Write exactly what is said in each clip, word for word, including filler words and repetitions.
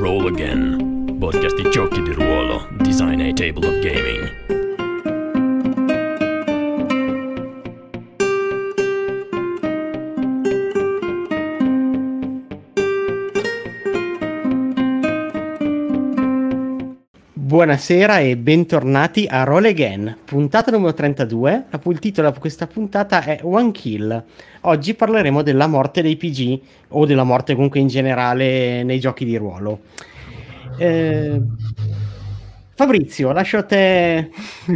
Roll Again, podcast di giochi di ruolo, design e tabletop gaming. Buonasera e bentornati a Roll Again, puntata numero trentadue. Il titolo di questa puntata è One Kill. Oggi parleremo della morte dei P G, o della morte comunque in generale nei giochi di ruolo. Eh... Fabrizio, lascio a te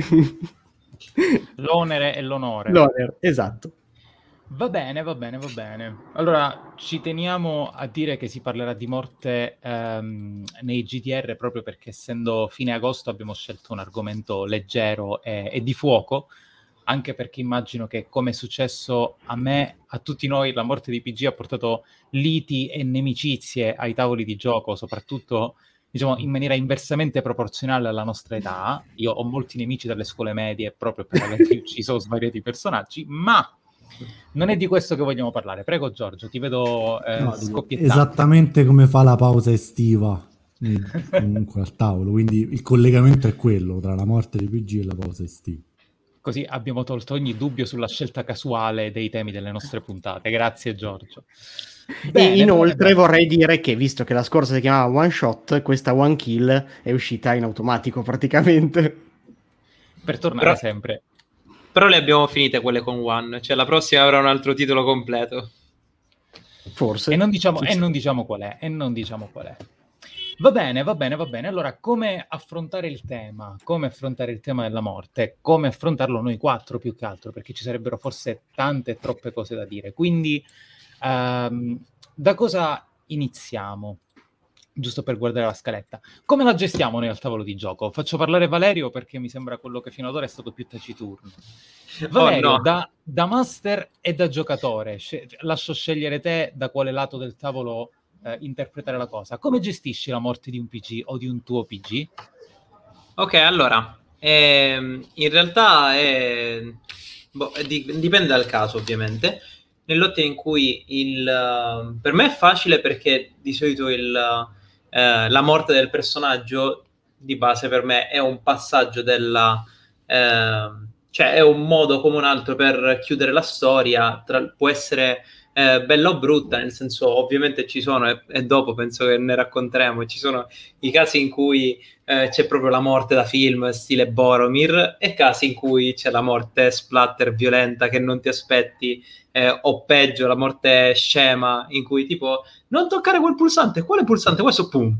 l'onere e l'onore. L'onere, esatto. Va bene, va bene, va bene. Allora, ci teniamo a dire che si parlerà di morte ehm, nei G D R proprio perché essendo fine agosto abbiamo scelto un argomento leggero e, e di fuoco, anche perché immagino che, come è successo a me, a tutti noi, la morte di P G ha portato liti e nemicizie ai tavoli di gioco, soprattutto, diciamo, in maniera inversamente proporzionale alla nostra età. Io ho molti nemici dalle scuole medie proprio per aver ucciso svariati personaggi, ma non è di questo che vogliamo parlare. Prego Giorgio, ti vedo eh, no, scoppiettante. Esattamente come fa la pausa estiva comunque al tavolo, quindi il collegamento è quello tra la morte di P G e la pausa estiva. Così abbiamo tolto ogni dubbio sulla scelta casuale dei temi delle nostre puntate. Grazie Giorgio. Bene, e inoltre bene, bene. vorrei dire che, visto che la scorsa si chiamava One Shot, questa One Kill è uscita in automatico praticamente. Per tornare Però... sempre. Però le abbiamo finite quelle con One, cioè la prossima avrà un altro titolo completo. Forse. E non diciamo, e non diciamo qual è, e non diciamo qual è. Va bene, va bene, va bene. Allora, come affrontare il tema? Come affrontare il tema della morte? Come affrontarlo noi quattro più che altro? Perché ci sarebbero forse tante e troppe cose da dire. Quindi, um, da cosa iniziamo? Giusto per guardare la scaletta. Come la gestiamo noi al tavolo di gioco? Faccio parlare Valerio perché mi sembra quello che fino ad ora è stato più taciturno. Valerio, oh, no. da, da master e da giocatore, sce- lascio scegliere te da quale lato del tavolo eh, interpretare la cosa. Come gestisci la morte di un P G o di un tuo P G? Ok, allora, ehm, in realtà è... boh, di- dipende dal caso ovviamente. Nell'ottica in cui il... per me è facile perché di solito il... Eh, la morte del personaggio di base per me è un passaggio della eh, cioè è un modo come un altro per chiudere la storia, tra, può essere eh, bella o brutta, nel senso ovviamente ci sono e, e dopo penso che ne racconteremo, ci sono i casi in cui eh, c'è proprio la morte da film stile Boromir e casi in cui c'è la morte splatter violenta che non ti aspetti, eh, o peggio la morte scema in cui tipo non toccare quel pulsante, quale pulsante? Questo pum.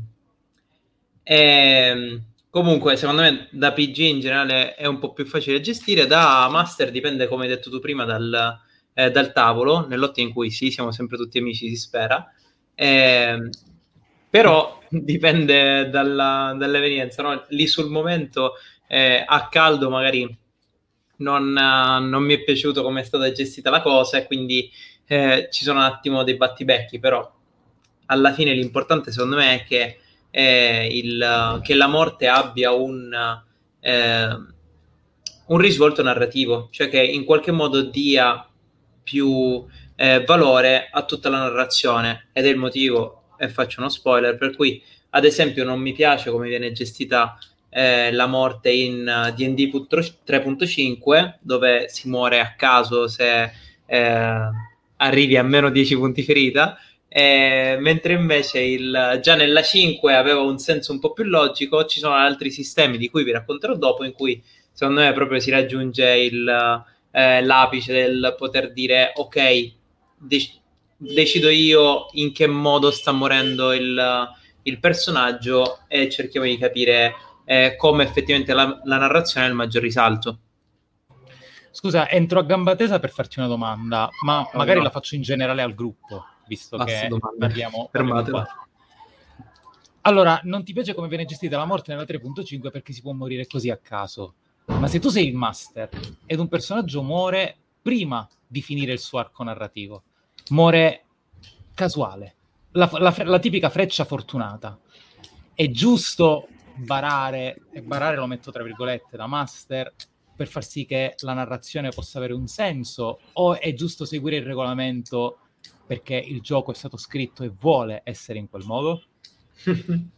E, comunque secondo me da P G in generale è un po' più facile gestire, da master dipende, come hai detto tu prima, dal, eh, dal tavolo, nell'ottica in cui sì, siamo sempre tutti amici, si spera, eh, però dipende dalla, dall'evenienza, no? Lì sul momento eh, a caldo magari non, non mi è piaciuto come è stata gestita la cosa e quindi eh, ci sono un attimo dei battibecchi, però alla fine l'importante secondo me è che, eh, il, che la morte abbia un, eh, un risvolto narrativo, cioè che in qualche modo dia più eh, valore a tutta la narrazione, ed è il motivo, e faccio uno spoiler, per cui ad esempio non mi piace come viene gestita eh, la morte in uh, D and D tre punto cinque, dove si muore a caso se eh, arrivi a meno dieci punti ferita. Eh, mentre invece il, già nella cinque aveva un senso un po' più logico. Ci sono altri sistemi di cui vi racconterò dopo, in cui secondo me proprio si raggiunge il, eh, l'apice del poter dire ok, dec- decido io in che modo sta morendo il, il personaggio e cerchiamo di capire eh, come effettivamente la, la narrazione ha il maggior risalto. Scusa, entro a gamba tesa per farti una domanda, ma oh, magari no. la faccio in generale al gruppo, visto Basta che domande. parliamo, parliamo qua. Allora, non ti piace come viene gestita la morte nella tre punto cinque perché si può morire così a caso, ma se tu sei il master ed un personaggio muore prima di finire il suo arco narrativo, muore casuale, la, la, la tipica freccia fortunata, è giusto barare, e barare lo metto tra virgolette da master, per far sì che la narrazione possa avere un senso, o è giusto seguire il regolamento perché il gioco è stato scritto e vuole essere in quel modo?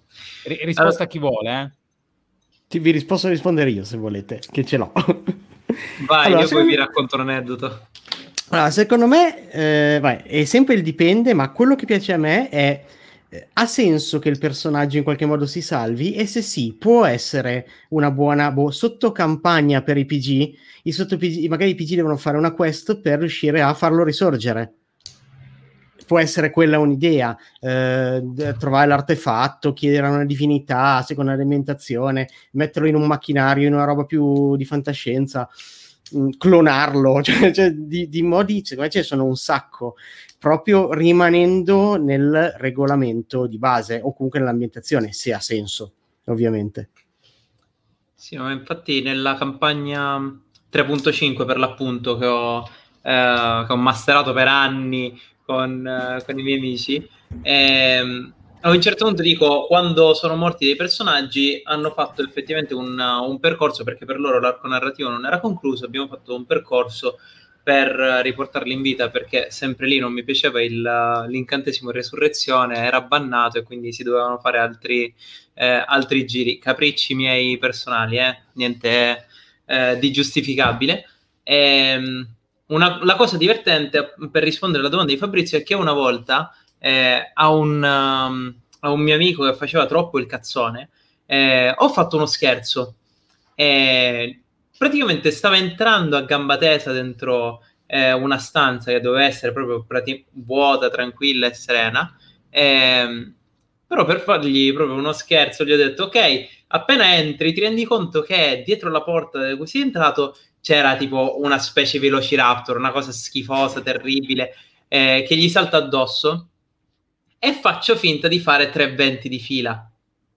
R- risposta uh, a chi vuole, eh? Ti, vi posso rispondere io se volete, che ce l'ho. Vai, allora, io secondo... poi vi racconto un aneddoto. Allora, secondo me, eh, vai, è sempre il dipende, ma quello che piace a me è eh, ha senso che il personaggio in qualche modo si salvi, e se sì, può essere una buona boh, sottocampagna per i P G. I sotto P G, magari i P G devono fare una quest per riuscire a farlo risorgere. Può essere quella un'idea, eh, trovare l'artefatto, chiedere a una divinità, secondo l'alimentazione, metterlo in un macchinario, in una roba più di fantascienza, mh, clonarlo, cioè, cioè di, di modi, secondo me ce ne sono un sacco, proprio rimanendo nel regolamento di base o comunque nell'ambientazione, se ha senso, ovviamente. Sì, ma infatti nella campagna tre punto cinque per l'appunto che ho, eh, che ho masterato per anni con, eh, con i miei amici, ehm, a un certo punto dico, quando sono morti dei personaggi hanno fatto effettivamente un, un percorso, perché per loro l'arco narrativo non era concluso, abbiamo fatto un percorso per riportarli in vita, perché sempre lì non mi piaceva il, l'incantesimo resurrezione, era bannato e quindi si dovevano fare altri, eh, altri giri, capricci miei personali, eh? Niente eh, di giustificabile. E, una, la cosa divertente, per rispondere alla domanda di Fabrizio, è che una volta eh, a, un, um, a un mio amico che faceva troppo il cazzone eh, ho fatto uno scherzo e praticamente stava entrando a gamba tesa dentro eh, una stanza che doveva essere proprio prati- vuota, tranquilla e serena, e, però per fargli proprio uno scherzo gli ho detto ok, appena entri ti rendi conto che dietro la porta da cui sei entrato c'era tipo una specie di velociraptor, una cosa schifosa, terribile, eh, che gli salta addosso, e faccio finta di fare tre venti di fila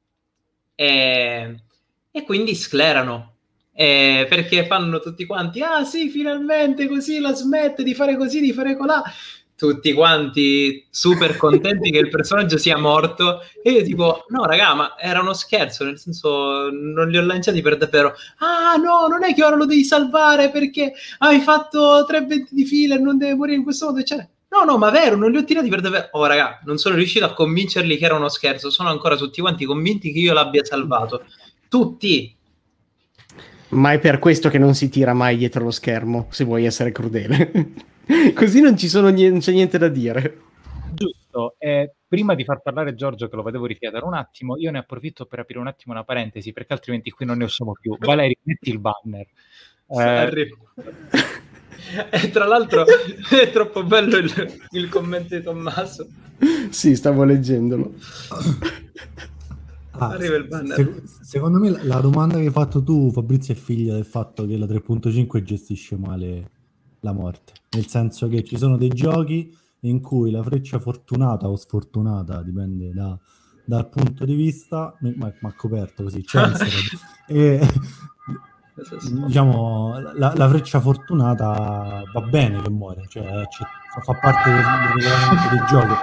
e, e quindi sclerano, eh, perché fanno tutti quanti ah sì, finalmente così la smette di fare così, di fare colà, tutti quanti super contenti che il personaggio sia morto, e io tipo no raga, ma era uno scherzo, nel senso non li ho lanciati per davvero. Ah no, non è che ora lo devi salvare perché hai fatto tre venti di fila e non deve morire in questo modo, eccetera. No no, ma vero, non li ho tirati per davvero. Oh raga, non sono riuscito a convincerli che era uno scherzo, sono ancora tutti quanti convinti che io l'abbia salvato, tutti. Ma è per questo che non si tira mai dietro lo schermo, se vuoi essere crudele. Così non ci sono niente, non c'è niente da dire. Giusto. Eh, prima di far parlare Giorgio, che lo vedevo rifiatare un attimo, io ne approfitto per aprire un attimo una parentesi, perché altrimenti qui non ne usciamo più. Valerio, metti il banner. Eh... E tra l'altro è troppo bello il, il commento di Tommaso. Sì, stavo leggendolo. Ah, Arriva il banner. Se, secondo me la domanda che hai fatto tu, Fabrizio, è figlia del fatto che la tre punto cinque gestisce male la morte, nel senso che ci sono dei giochi in cui la freccia fortunata o sfortunata, dipende da, dal punto di vista, ma, ma coperto così, e, diciamo la, la freccia fortunata va bene che muore, cioè fa parte del, del regolamento dei giochi.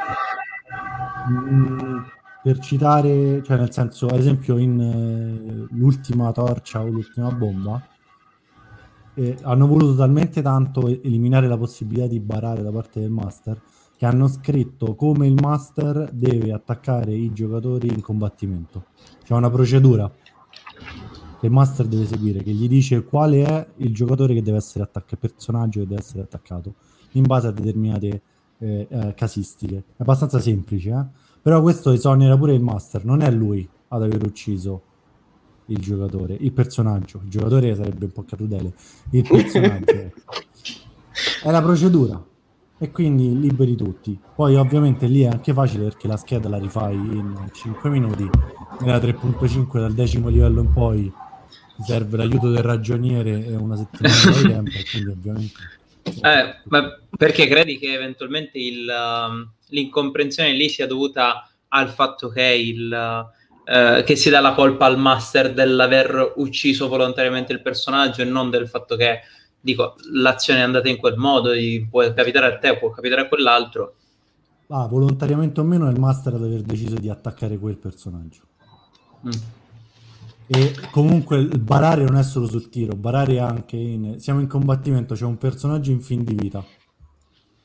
Mm, per citare, cioè nel senso, ad esempio in eh, l'ultima torcia o l'ultima bomba eh, hanno voluto talmente tanto eliminare la possibilità di barare da parte del master che hanno scritto come il master deve attaccare i giocatori in combattimento. C'è una procedura che il master deve seguire, che gli dice quale è il giocatore che deve essere attaccato, il personaggio che deve essere attaccato in base a determinate eh, eh, casistiche. È abbastanza semplice, eh? Però questo esonera pure il master, non è lui ad aver ucciso il giocatore, il personaggio, il giocatore sarebbe un po' crudele, il personaggio è la procedura, e quindi liberi tutti. Poi ovviamente lì è anche facile perché la scheda la rifai in cinque minuti, nella tre punto cinque dal decimo livello in poi ti serve l'aiuto del ragioniere e una settimana di tempo, e quindi ovviamente eh, ma perché credi che eventualmente il, um, l'incomprensione lì sia dovuta al fatto che il uh, che si dà la colpa al master dell'aver ucciso volontariamente il personaggio e non del fatto che, dico, l'azione è andata in quel modo, può capitare a te, può capitare a quell'altro. Ah, volontariamente o meno è il master ad aver deciso di attaccare quel personaggio. Mm. E comunque il barare non è solo sul tiro, barare anche in... siamo in combattimento, c'è un personaggio in fin di vita,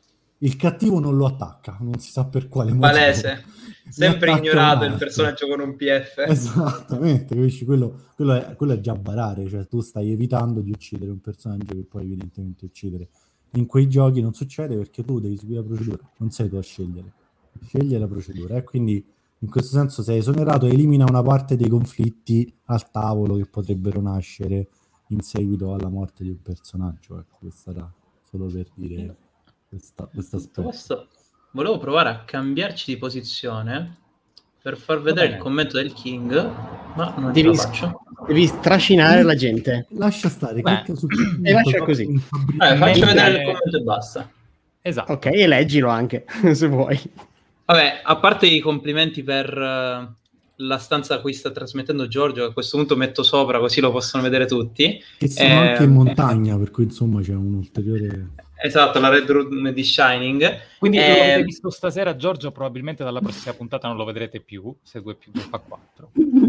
il cattivo non lo attacca, non si sa per quale motivo. Palese, sempre attacca ignorato un il personaggio con un P F. Esattamente, capisci? Quello, quello, è, quello è già barare, cioè tu stai evitando di uccidere un personaggio che puoi evidentemente uccidere. In quei giochi non succede perché tu devi seguire la procedura, non sei tu a scegliere, scegli la procedura, e eh? Quindi in questo senso sei esonerato, elimina una parte dei conflitti al tavolo che potrebbero nascere in seguito alla morte di un personaggio. Ecco, questo era solo per dire questa, questo aspetto. Questo, volevo provare a cambiarci di posizione per far vedere il commento del King, ma non devi, ce la faccio. Devi trascinare la gente. Lascia stare, Beh, clicca sul e lascia così. Eh, faccio vedere il commento e basta. Esatto. Ok, e leggilo anche, se vuoi. Vabbè, a parte i complimenti per uh, la stanza a cui sta trasmettendo Giorgio, a questo punto metto sopra così lo possono vedere tutti. Che sono eh, anche in montagna, per cui insomma c'è un ulteriore... Esatto, la Red Room di Shining. Quindi eh... lo avete visto stasera, Giorgio, probabilmente dalla prossima puntata non lo vedrete più, se due più due fa quattro.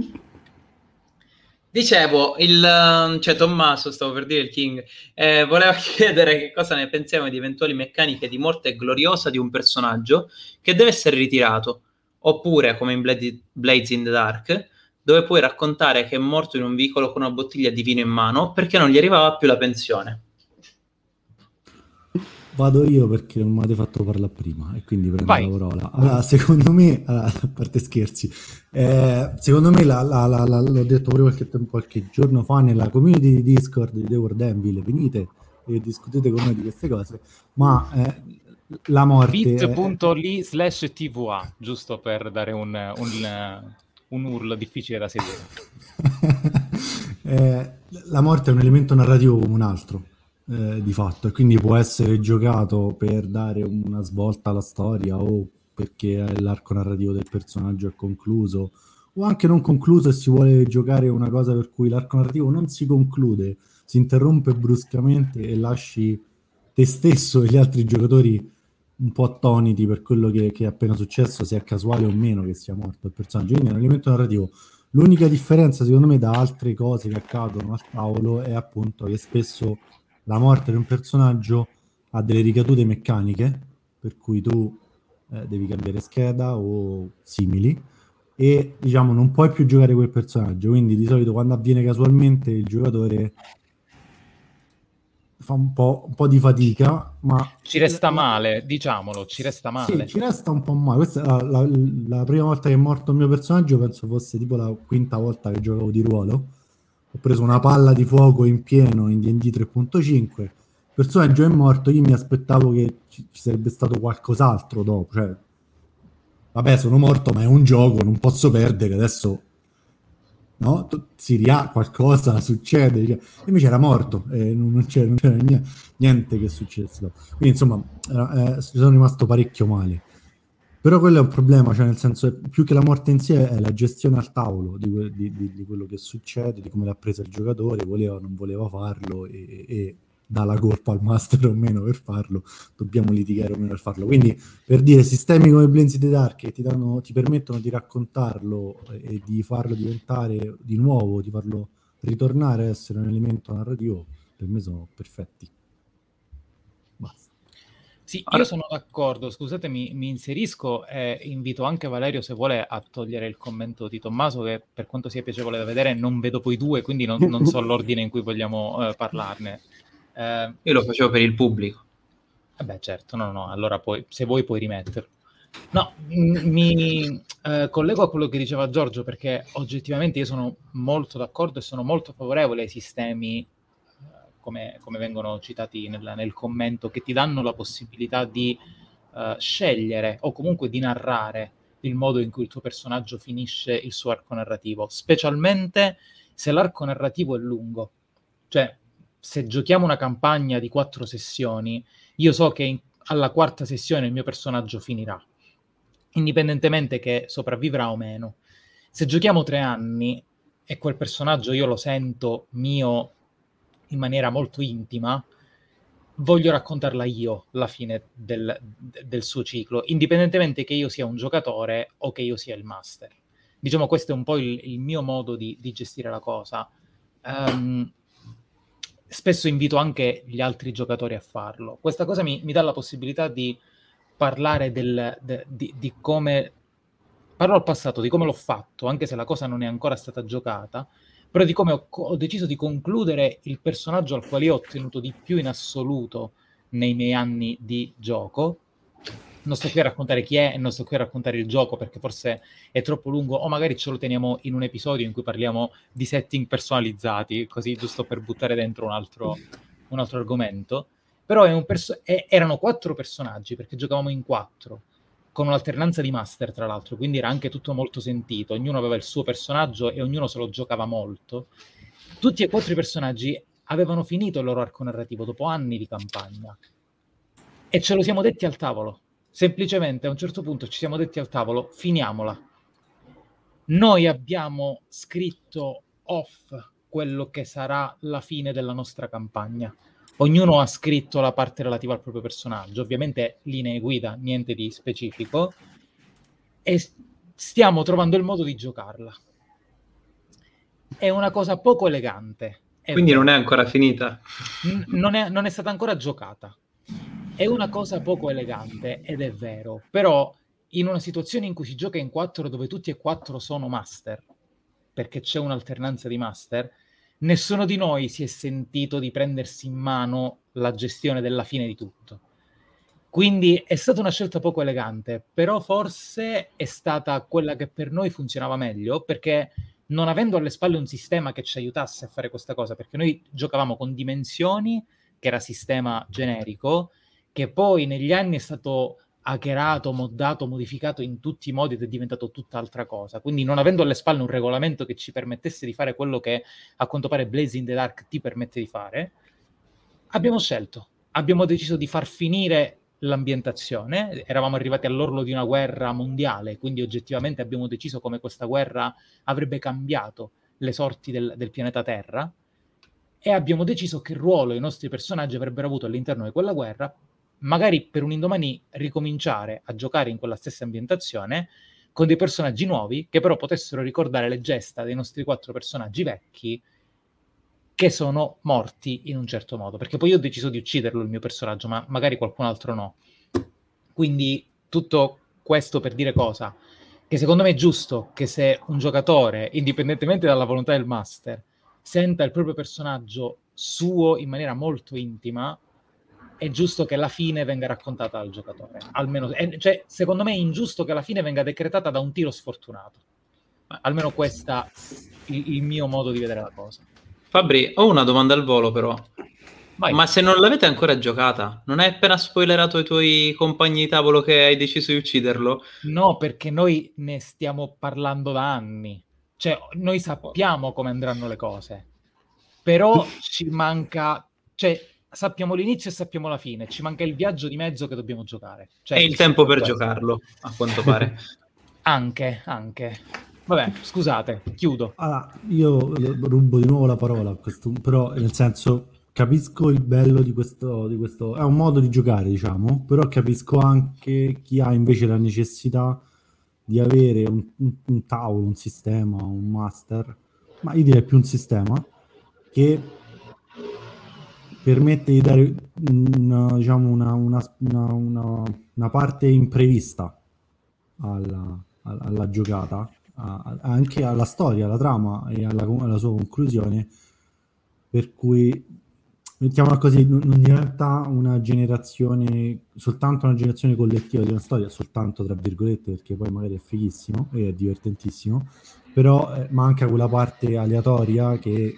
Dicevo, il, cioè Tommaso, stavo per dire il King, eh, voleva chiedere che cosa ne pensiamo di eventuali meccaniche di morte gloriosa di un personaggio che deve essere ritirato, oppure come in Blade, Blades in the Dark, dove puoi raccontare che è morto in un vicolo con una bottiglia di vino in mano perché non gli arrivava più la pensione. Vado io perché non mi avete fatto parlare prima e quindi prendo Vai. la parola. Allora, secondo me, allora, a parte scherzi, eh, secondo me, la, la, la, la, l'ho detto pure qualche, tempo, qualche giorno fa nella community di Discord di The World Anvil, venite e discutete con noi di queste cose, ma eh, la morte... bit.ly slash tva, giusto per dare un, un, un U R L difficile da seguire. eh, la morte è un elemento narrativo come un altro. Eh, di fatto, e quindi può essere giocato per dare una svolta alla storia o perché l'arco narrativo del personaggio è concluso o anche non concluso e si vuole giocare una cosa per cui l'arco narrativo non si conclude, si interrompe bruscamente e lasci te stesso e gli altri giocatori un po' attoniti per quello che, che è appena successo, sia casuale o meno che sia morto il personaggio. Quindi è un elemento narrativo. L'unica differenza secondo me da altre cose che accadono al tavolo è appunto che spesso la morte di un personaggio ha delle ricadute meccaniche, per cui tu eh, devi cambiare scheda o simili, e diciamo non puoi più giocare quel personaggio, quindi di solito quando avviene casualmente il giocatore fa un po', un po' di fatica, ma... Ci resta la... male, diciamolo, ci resta male. Sì, ci resta un po' male. Questa è la, la, la prima volta che è morto il mio personaggio, penso fosse tipo la quinta volta che giocavo di ruolo. Ho preso una palla di fuoco in pieno in D and D tre punto cinque, il personaggio è morto, io mi aspettavo che ci, ci sarebbe stato qualcos'altro dopo, cioè vabbè sono morto ma è un gioco, non posso perdere, adesso no, si ria, qualcosa succede, cioè, invece era morto e non, non, c'era, non c'era niente, niente che succedesse dopo. Quindi insomma eh, ci sono rimasto parecchio male. Però quello è un problema, cioè nel senso, più che la morte in sé è la gestione al tavolo di, que- di, di, di quello che succede, di come l'ha presa il giocatore, voleva o non voleva farlo e, e dà la colpa al master o meno per farlo, dobbiamo litigare o meno per farlo. Quindi per dire, sistemi come Blades in the Dark che ti, danno, ti permettono di raccontarlo e di farlo diventare di nuovo, di farlo ritornare a essere un elemento narrativo, per me sono perfetti. Basta. Sì, io sono d'accordo, scusate, mi, mi inserisco e invito anche Valerio, se vuole, a togliere il commento di Tommaso, che per quanto sia piacevole da vedere non vedo poi due, quindi non, non so l'ordine in cui vogliamo eh, parlarne. Eh, io lo facevo per il pubblico. Vabbè, certo, no, no, allora poi, se vuoi puoi rimetterlo. No, m- mi eh, collego a quello che diceva Giorgio, perché oggettivamente io sono molto d'accordo e sono molto favorevole ai sistemi Come, come vengono citati nel, nel commento, che ti danno la possibilità di uh, scegliere o comunque di narrare il modo in cui il tuo personaggio finisce il suo arco narrativo, specialmente se l'arco narrativo è lungo. Cioè, se giochiamo una campagna di quattro sessioni, io so che in, alla quarta sessione il mio personaggio finirà, indipendentemente che sopravvivrà o meno. Se giochiamo tre anni e quel personaggio io lo sento mio in maniera molto intima, voglio raccontarla io la fine del, del suo ciclo, indipendentemente che io sia un giocatore o che io sia il master. Diciamo, questo è un po' il, il mio modo di, di gestire la cosa. Um, spesso invito anche gli altri giocatori a farlo. Questa cosa mi, mi dà la possibilità di parlare del, de, di, di come... Parlo al passato, di come l'ho fatto, anche se la cosa non è ancora stata giocata, però di come ho, ho deciso di concludere il personaggio al quale ho ottenuto di più in assoluto nei miei anni di gioco. Non sto qui a raccontare chi è e non sto qui a raccontare il gioco perché forse è troppo lungo, o magari ce lo teniamo in un episodio in cui parliamo di setting personalizzati, così giusto per buttare dentro un altro, un altro argomento. Però è un perso- è, erano quattro personaggi, perché giocavamo in quattro, con un'alternanza di master tra l'altro, quindi era anche tutto molto sentito, ognuno aveva il suo personaggio e ognuno se lo giocava molto. Tutti e quattro i personaggi avevano finito il loro arco narrativo dopo anni di campagna e ce lo siamo detti al tavolo. Semplicemente a un certo punto ci siamo detti al tavolo, finiamola. Noi abbiamo scritto off quello che sarà la fine della nostra campagna. Ognuno ha scritto la parte relativa al proprio personaggio, ovviamente linee guida, niente di specifico, e stiamo trovando il modo di giocarla. È una cosa poco elegante. Quindi vero. Non è ancora finita? N- non, è, non è stata ancora giocata. È una cosa poco elegante, ed è vero, però in una situazione in cui si gioca in quattro dove tutti e quattro sono master, perché c'è un'alternanza di master, nessuno di noi si è sentito di prendersi in mano la gestione della fine di tutto. Quindi è stata una scelta poco elegante, però forse è stata quella che per noi funzionava meglio, perché non avendo alle spalle un sistema che ci aiutasse a fare questa cosa, perché noi giocavamo con Dimensioni, che era sistema generico, che poi negli anni è stato hackerato, moddato, modificato in tutti i modi ed è diventato tutt'altra cosa. Quindi non avendo alle spalle un regolamento che ci permettesse di fare quello che a quanto pare Blaze in the Dark ti permette di fare, abbiamo scelto. Abbiamo deciso di far finire l'ambientazione. Eravamo arrivati all'orlo di una guerra mondiale, quindi oggettivamente abbiamo deciso come questa guerra avrebbe cambiato le sorti del, del pianeta Terra, e abbiamo deciso che ruolo i nostri personaggi avrebbero avuto all'interno di quella guerra, magari per un indomani ricominciare a giocare in quella stessa ambientazione con dei personaggi nuovi che però potessero ricordare le gesta dei nostri quattro personaggi vecchi che sono morti in un certo modo, perché poi io ho deciso di ucciderlo il mio personaggio, ma magari qualcun altro no. Quindi tutto questo per dire cosa? Che secondo me è giusto che se un giocatore, indipendentemente dalla volontà del master, senta il proprio personaggio suo in maniera molto intima, è giusto che la fine venga raccontata al giocatore. Almeno, è, cioè, secondo me è ingiusto che la fine venga decretata da un tiro sfortunato. Almeno questo il, il mio modo di vedere la cosa. Fabri, ho una domanda al volo però. Vai. Ma se non l'avete ancora giocata, non hai appena spoilerato ai tuoi compagni di tavolo che hai deciso di ucciderlo? No, perché noi ne stiamo parlando da anni. Cioè, noi sappiamo come andranno le cose. Però ci manca... Cioè, sappiamo l'inizio e sappiamo la fine. Ci manca il viaggio di mezzo che dobbiamo giocare. Cioè, è il tempo per questo. Giocarlo, a quanto pare. Anche, anche. Vabbè, scusate, chiudo. Allora, io rubo di nuovo la parola a questo, però nel senso capisco il bello di questo, di questo, è un modo di giocare, diciamo, però capisco anche chi ha invece la necessità di avere un, un, un tavolo, un sistema, un master, ma io direi più un sistema che permette di dare una, diciamo una, una, una, una, una parte imprevista alla, alla, alla giocata, a, anche alla storia, alla trama e alla, alla sua conclusione, per cui mettiamola così, non, non diventa una generazione, soltanto una generazione collettiva di una storia, soltanto tra virgolette, perché poi magari è fighissimo e è divertentissimo, però eh, manca quella parte aleatoria che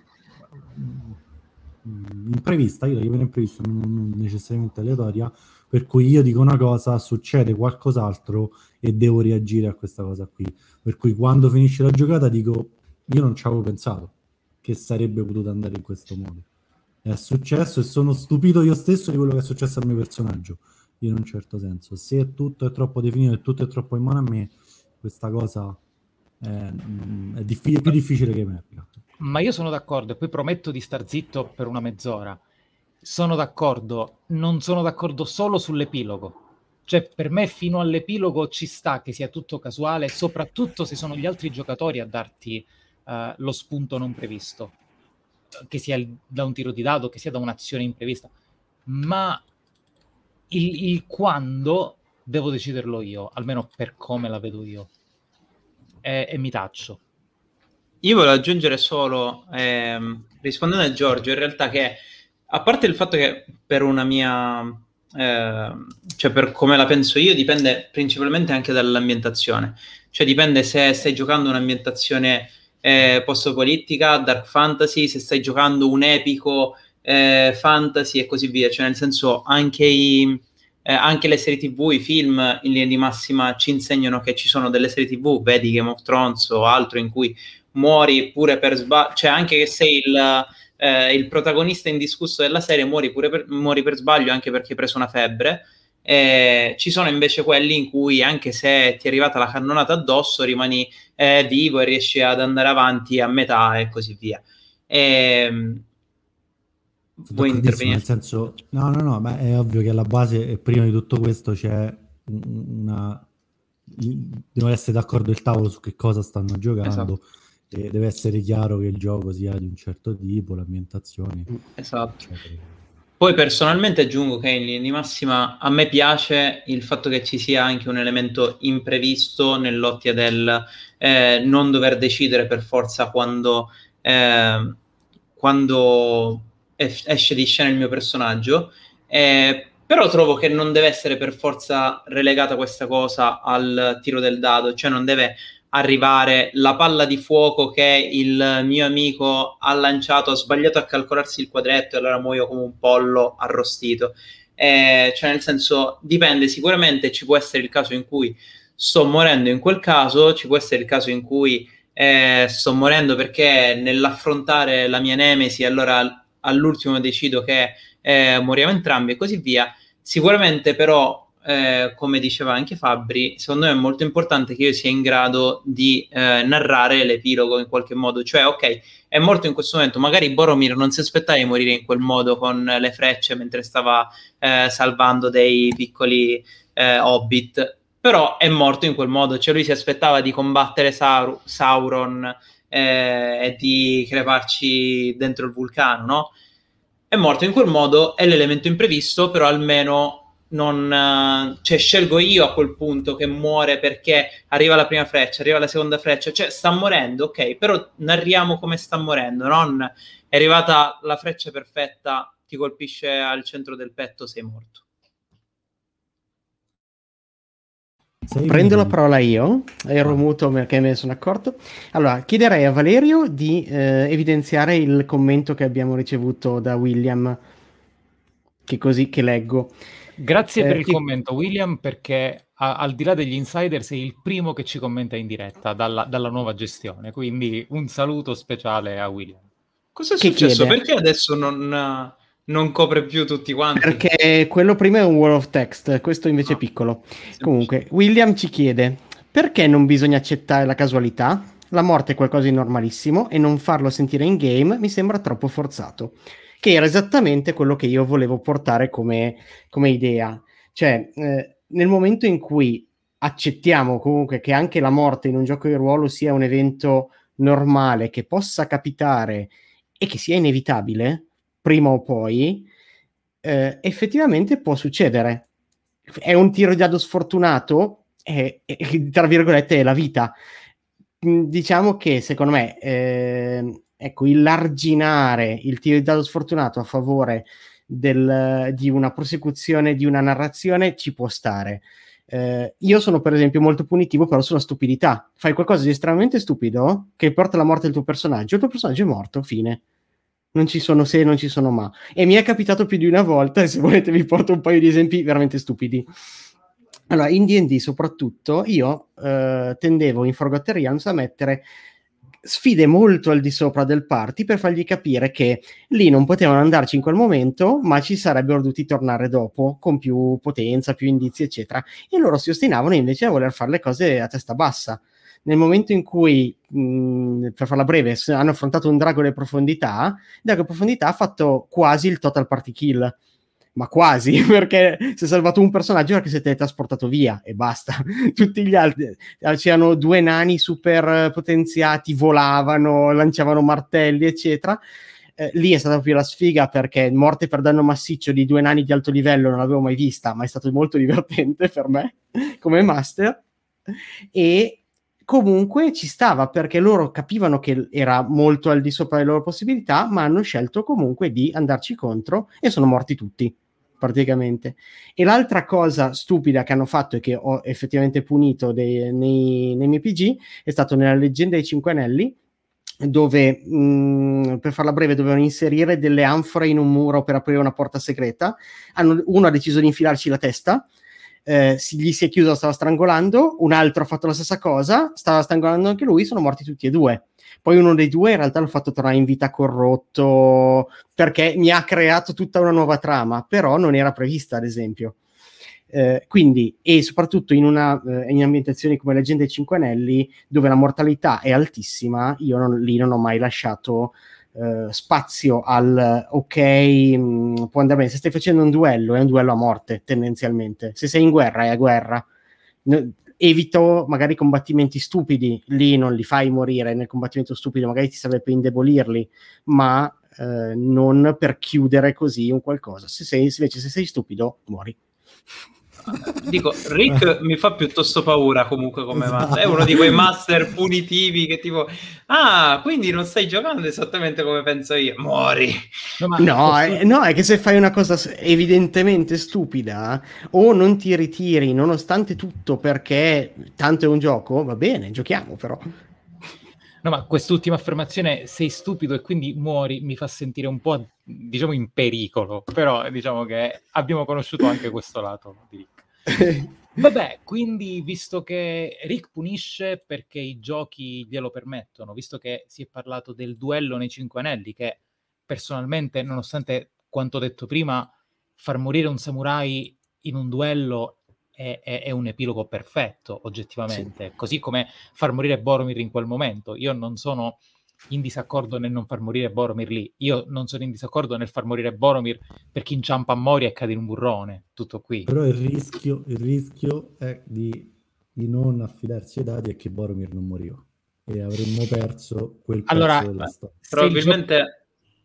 mh, imprevista, io la chiamo imprevista, non, non necessariamente aleatoria, per cui io dico una cosa, succede qualcos'altro e devo reagire a questa cosa qui. Per cui quando finisce la giocata dico, io non ci avevo pensato che sarebbe potuto andare in questo modo. È successo e sono stupito io stesso di quello che è successo al mio personaggio, in un certo senso. Se tutto è troppo definito e tutto è troppo in mano a me, questa cosa è, è diffi- più difficile che emerga. Ma io sono d'accordo e poi prometto di star zitto per una mezz'ora. Sono d'accordo, non sono d'accordo solo sull'epilogo. Cioè, per me fino all'epilogo ci sta che sia tutto casuale, soprattutto se sono gli altri giocatori a darti uh, lo spunto non previsto, che sia il, da un tiro di dado, che sia da un'azione imprevista. Ma il, il quando devo deciderlo io, almeno per come la vedo io, e, e mi taccio. Io volevo aggiungere solo, ehm, rispondendo a Giorgio, in realtà che, a parte il fatto che per una mia, eh, cioè per come la penso io, dipende principalmente anche dall'ambientazione. Cioè dipende se stai giocando un'ambientazione eh, post-apocalittica, dark fantasy, se stai giocando un epico eh, fantasy e così via. Cioè nel senso anche, i, eh, anche le serie tv, i film in linea di massima ci insegnano che ci sono delle serie tv, vedi Game of Thrones o altro, in cui muori pure per sbaglio, cioè anche che sei il, eh, il protagonista indiscusso della serie, muori pure per, muori per sbaglio anche perché hai preso una febbre. Eh, ci sono invece quelli in cui anche se ti è arrivata la cannonata addosso rimani eh, vivo e riesci ad andare avanti a metà e così via. E, vuoi intervenire? Nel senso, no, no, no, ma è ovvio che alla base e prima di tutto questo c'è una... devono essere d'accordo il tavolo su che cosa stanno giocando. Esatto. E deve essere chiaro che il gioco sia di un certo tipo, l'ambientazione. Esatto. Eccetera. Poi personalmente aggiungo che in linea di massima a me piace il fatto che ci sia anche un elemento imprevisto nell'ottica del eh, non dover decidere per forza quando, eh, quando es- esce di scena il mio personaggio, eh, però trovo che non deve essere per forza relegata questa cosa al tiro del dado, cioè non deve arrivare la palla di fuoco che il mio amico ha lanciato, ha sbagliato a calcolarsi il quadretto e allora muoio come un pollo arrostito. Eh, cioè nel senso, dipende, sicuramente ci può essere il caso in cui sto morendo in quel caso, ci può essere il caso in cui eh, sto morendo perché nell'affrontare la mia nemesi allora all'ultimo decido che eh, moriamo entrambi e così via. Sicuramente però Eh, come diceva anche Fabbri, secondo me è molto importante che io sia in grado di eh, narrare l'epilogo in qualche modo, cioè ok, è morto in questo momento, magari Boromir non si aspettava di morire in quel modo con le frecce mentre stava eh, salvando dei piccoli eh, hobbit, però è morto in quel modo, cioè lui si aspettava di combattere Saur- Sauron eh, e di creparci dentro il vulcano, no? È morto in quel modo, è l'elemento imprevisto, però almeno non, cioè scelgo io a quel punto che muore perché arriva la prima freccia, arriva la seconda freccia, cioè sta morendo, ok, però narriamo come sta morendo, non è arrivata la freccia perfetta, ti colpisce al centro del petto, sei morto. Sei Prendo la parola io, ero ah. muto perché me ne sono accorto. Allora, chiederei a Valerio di eh, evidenziare il commento che abbiamo ricevuto da William, che così che leggo. Grazie eh, per il che... commento, William, perché a, al di là degli insider sei il primo che ci commenta in diretta dalla, dalla nuova gestione, quindi un saluto speciale a William. Cosa è che successo? Chiede? Perché adesso non, non copre più tutti quanti? Perché quello prima è un wall of text, questo invece no. è piccolo. Comunque, William ci chiede: perché non bisogna accettare la casualità? La morte è qualcosa di normalissimo e non farlo sentire in game mi sembra troppo forzato. Che era esattamente quello che io volevo portare come, come idea. Cioè, eh, nel momento in cui accettiamo comunque che anche la morte in un gioco di ruolo sia un evento normale, che possa capitare e che sia inevitabile, prima o poi, eh, effettivamente può succedere. È un tiro di dado sfortunato? È, è, tra virgolette, è la vita. Diciamo che, secondo me... Eh, ecco, illarginare il tiro di dado sfortunato a favore del, di una prosecuzione di una narrazione ci può stare. Eh, io sono per esempio molto punitivo però sulla stupidità. Fai qualcosa di estremamente stupido che porta alla morte del tuo personaggio, il tuo personaggio è morto, fine. Non ci sono se, non ci sono ma. E mi è capitato più di una volta, e se volete vi porto un paio di esempi veramente stupidi. Allora, in D and D soprattutto, io eh, tendevo in Forgotten Realms a mettere sfide molto al di sopra del party per fargli capire che lì non potevano andarci in quel momento, ma ci sarebbero dovuti tornare dopo con più potenza, più indizi eccetera, e loro si ostinavano invece a voler fare le cose a testa bassa. Nel momento in cui, mh, per farla breve, hanno affrontato un drago alle profondità, il drago alle profondità ha fatto quasi il total party kill, ma quasi, perché si è salvato un personaggio perché si è teletrasportato via e basta. Tutti gli altri, c'erano due nani super potenziati, volavano, lanciavano martelli eccetera, Eh, lì è stata più la sfiga, perché morte per danno massiccio di due nani di alto livello non l'avevo mai vista, ma è stato molto divertente per me come master. E comunque ci stava, perché loro capivano che era molto al di sopra delle loro possibilità, ma hanno scelto comunque di andarci contro e sono morti tutti praticamente. E l'altra cosa stupida che hanno fatto e che ho effettivamente punito dei, nei, nei miei P G è stato nella Leggenda dei Cinque Anelli, dove mh, per farla breve dovevano inserire delle anfore in un muro per aprire una porta segreta. Hanno, uno ha deciso di infilarci la testa, eh, si, gli si è chiuso, stava strangolando, un altro ha fatto la stessa cosa, stava strangolando anche lui, sono morti tutti e due. Poi uno dei due in realtà l'ho fatto tornare in vita corrotto, perché mi ha creato tutta una nuova trama, però non era prevista, ad esempio. Eh, quindi, e soprattutto in una eh, in ambientazioni come Leggenda dei Cinque Anelli, dove la mortalità è altissima, io non, lì non ho mai lasciato eh, spazio al ok, mh, può andare bene, se stai facendo un duello è un duello a morte tendenzialmente, se sei in guerra è a guerra. No, evito magari combattimenti stupidi, lì non li fai morire nel combattimento stupido, magari ti serve per indebolirli, ma eh, non per chiudere così un qualcosa. Se sei, invece se sei stupido muori. Dico, Rick mi fa piuttosto paura comunque come master, è uno di quei master punitivi che tipo, ah, quindi non stai giocando esattamente come penso io, muori. No, ma no, è, no, è che se fai una cosa evidentemente stupida o non ti ritiri nonostante tutto perché tanto è un gioco, va bene, giochiamo però. No, ma quest'ultima affermazione, sei stupido e quindi muori, mi fa sentire un po', diciamo, in pericolo, però diciamo che abbiamo conosciuto anche questo lato di Rick. Vabbè, quindi visto che Rick punisce perché i giochi glielo permettono, visto che si è parlato del duello nei Cinque Anelli, che personalmente, nonostante quanto detto prima, far morire un samurai in un duello è, è, è un epilogo perfetto, oggettivamente, sì. Così come far morire Boromir in quel momento. Io non sono in disaccordo nel non far morire Boromir lì, io non sono in disaccordo nel far morire Boromir per chi inciampa a Moria e cade in un burrone, tutto qui. Però il rischio, il rischio è di, di non affidarsi ai dati e che Boromir non moriva e avremmo perso quel pezzo allora, della storia. Probabilmente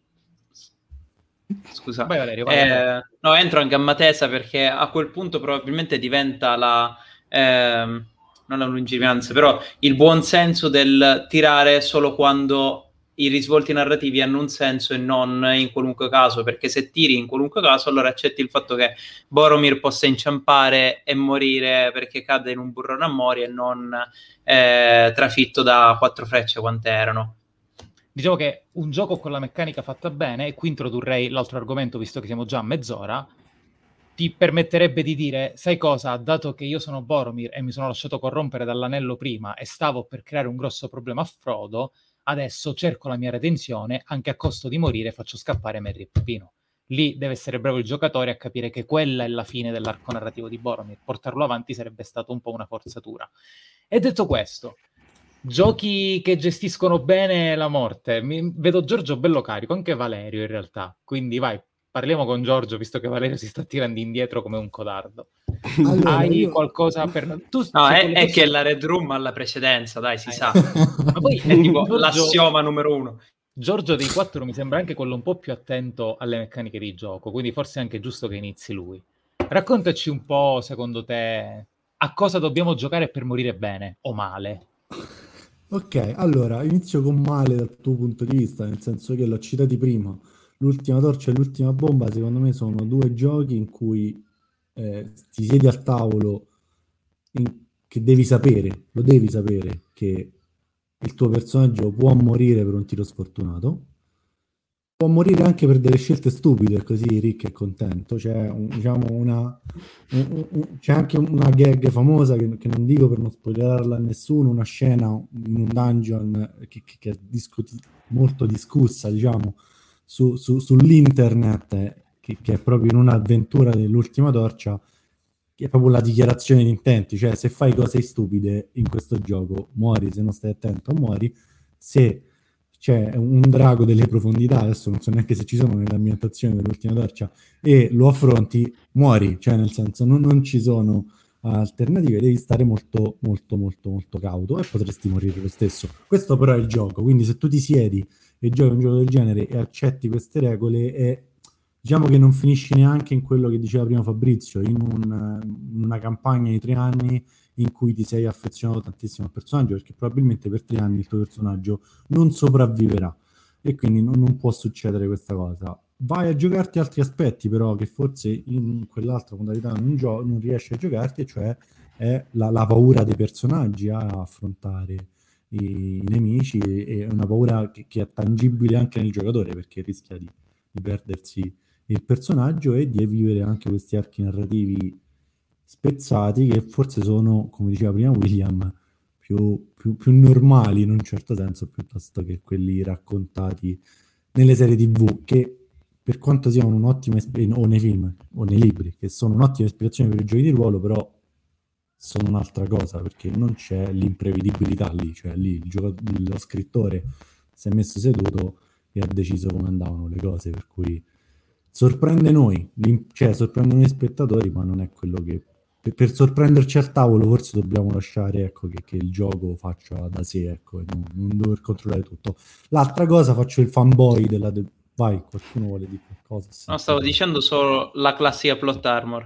scusa, vai Valerio, vai, eh, vai. no, entro in gamba tesa perché a quel punto probabilmente diventa la ehm, non la lungimiranza, però il buon senso del tirare solo quando i risvolti narrativi hanno un senso e non in qualunque caso, perché se tiri in qualunque caso allora accetti il fatto che Boromir possa inciampare e morire perché cade in un burrone a Moria e non eh, trafitto da quattro frecce quante erano. Diciamo che un gioco con la meccanica fatta bene, e qui introdurrei l'altro argomento visto che siamo già a mezz'ora, ti permetterebbe di dire, sai cosa, dato che io sono Boromir e mi sono lasciato corrompere dall'anello prima e stavo per creare un grosso problema a Frodo, adesso cerco la mia redenzione, anche a costo di morire faccio scappare Merry e Pepino. Lì deve essere bravo il giocatore a capire che quella è la fine dell'arco narrativo di Boromir, portarlo avanti sarebbe stato un po' una forzatura. E detto questo, giochi che gestiscono bene la morte, mi, vedo Giorgio bello carico, anche Valerio in realtà, quindi vai, parliamo con Giorgio, visto che Valerio si sta tirando indietro come un codardo. Allora, Hai io... qualcosa per... Tu, no, è, è è che la Red Room ha la precedenza, dai, si eh. sa. Ma poi è tipo Giorgio... l'assioma numero uno. Giorgio dei quattro mi sembra anche quello un po' più attento alle meccaniche di gioco, quindi forse è anche giusto che inizi lui. Raccontaci un po', secondo te, a cosa dobbiamo giocare per morire bene o male. Ok, allora inizio con male dal tuo punto di vista, nel senso che l'ho citati prima. L'ultima torcia e l'ultima bomba, secondo me, sono due giochi in cui eh, ti siedi al tavolo in, che devi sapere, lo devi sapere che il tuo personaggio può morire per un tiro sfortunato, può morire anche per delle scelte stupide, così Rick è contento. C'è un, diciamo una un, un, c'è anche una gag famosa che, che non dico per non spoilerarla a nessuno, una scena in un dungeon che, che, che è discuti, molto discussa, diciamo, su, su, sull'internet, eh, che, che è proprio in un'avventura dell'ultima torcia, che è proprio la dichiarazione di intenti, cioè se fai cose stupide in questo gioco muori, se non stai attento muori, se c'è un drago delle profondità, adesso non so neanche se ci sono nell'ambientazione dell'ultima torcia, e lo affronti, muori, cioè nel senso non, non ci sono alternative, devi stare molto molto molto molto cauto e potresti morire lo stesso. Questo però è il gioco, quindi se tu ti siedi e giochi un gioco del genere e accetti queste regole, è, diciamo che non finisci neanche in quello che diceva prima Fabrizio, in, un, in una campagna di tre anni in cui ti sei affezionato tantissimo al personaggio, perché probabilmente per tre anni il tuo personaggio non sopravviverà e quindi non, non può succedere questa cosa. Vai a giocarti altri aspetti però che forse in quell'altra modalità non, gio- non riesci a giocarti, cioè è la, la paura dei personaggi a affrontare i, i nemici, e è una paura che, che è tangibile anche nel giocatore, perché rischia di, di perdersi il personaggio e di vivere anche questi archi narrativi spezzati che forse sono, come diceva prima William, più, più, più normali in un certo senso piuttosto che quelli raccontati nelle serie tv, che per quanto siano un'ottima esperienza, o nei film o nei libri, che sono un'ottima ispirazione per i giochi di ruolo, però sono un'altra cosa, perché non c'è l'imprevedibilità lì, cioè lì il gioco, lo scrittore si è messo seduto e ha deciso come andavano le cose, per cui sorprende noi, cioè sorprende noi spettatori, ma non è quello che per, per sorprenderci al tavolo forse dobbiamo lasciare, ecco, che, che il gioco faccia da sé, ecco, e non, non dover controllare tutto. L'altra cosa, faccio il fanboy della de- vai, qualcuno vuole dire qualcosa? No, stavo dicendo solo la classica plot armor.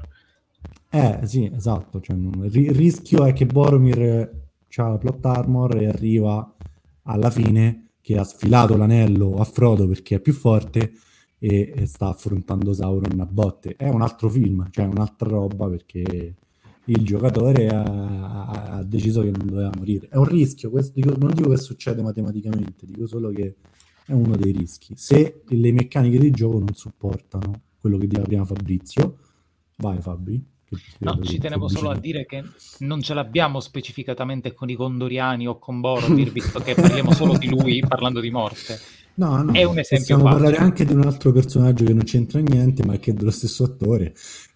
Eh sì, esatto, cioè, il rischio è che Boromir c'ha la plot armor e arriva alla fine che ha sfilato l'anello a Frodo perché è più forte e, e sta affrontando Sauron a botte. È un altro film, cioè un'altra roba, perché il giocatore ha, ha deciso che non doveva morire. È un rischio, questo, dico, non dico che succede matematicamente, dico solo che è uno dei rischi. Se le meccaniche di gioco non supportano quello che diceva prima Fabrizio, vai Fabri. No, ci tenevo solo a dire che non ce l'abbiamo specificatamente con i Gondoriani o con Boromir, visto che parliamo solo di lui parlando di morte. No, no, è un esempio possiamo facile. Parlare anche di un altro personaggio che non c'entra niente, ma che è dello stesso attore.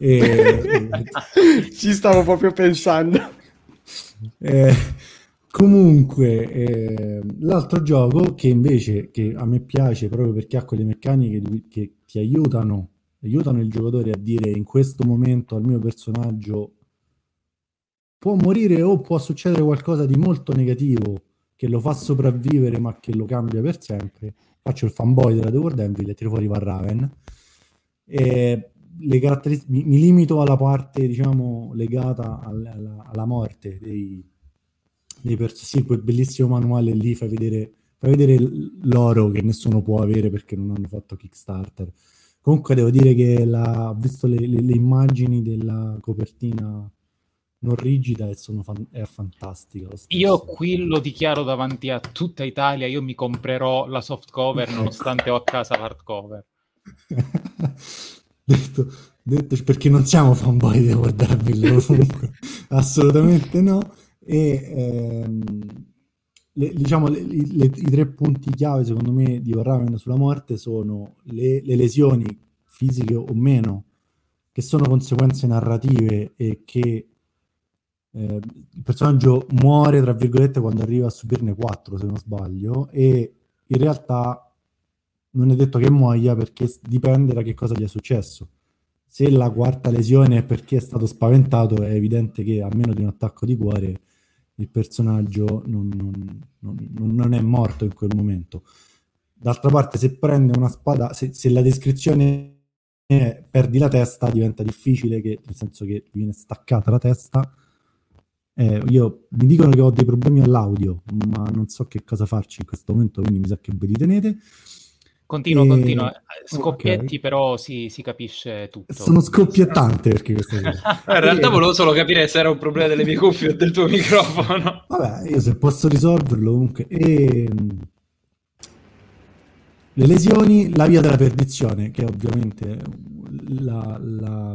E... Ci stavo proprio pensando. Eh, comunque, eh, l'altro gioco che invece che a me piace proprio perché ha quelle meccaniche di, che ti aiutano aiutano il giocatore a dire in questo momento al mio personaggio può morire o può succedere qualcosa di molto negativo che lo fa sopravvivere ma che lo cambia per sempre. Faccio il fanboy della The World Anvil e tiro fuori Varraven. E le caratteristiche, mi, mi limito alla parte, diciamo, legata alla, alla, alla morte dei, dei personaggi. Sì, quel bellissimo manuale lì fa vedere, fa vedere l'oro che nessuno può avere perché non hanno fatto Kickstarter. Comunque devo dire che la, ho visto le, le, le immagini della copertina non rigida e sono fan, è fantastica. Io qui lo dichiaro davanti a tutta Italia, io mi comprerò la soft cover nonostante ho a casa l'hardcover. detto, detto perché non siamo fanboy di World Anvil, comunque assolutamente no. E ehm, le, diciamo le, le, i tre punti chiave secondo me di Warraven sulla morte sono le, le lesioni fisiche o meno che sono conseguenze narrative e che eh, il personaggio muore tra virgolette quando arriva a subirne quattro se non sbaglio, e in realtà non è detto che muoia perché dipende da che cosa gli è successo. Se la quarta lesione è perché è stato spaventato, è evidente che a meno di un attacco di cuore il personaggio non, non, non, non è morto in quel momento. D'altra parte, se prende una spada, se, se la descrizione è perdi la testa, diventa difficile, che, nel senso che viene staccata la testa. Eh, io mi dicono che ho dei problemi all'audio, ma non so che cosa farci in questo momento, quindi mi sa che ve li tenete. Continua, e... continua. Scoppietti, okay. Però si, si capisce tutto. Sono scoppiettante perché questa cosa. In realtà e... volevo solo capire se era un problema delle mie cuffie o del tuo microfono. Vabbè, io se posso risolverlo comunque. E... le lesioni, la via della perdizione, che è ovviamente la, la,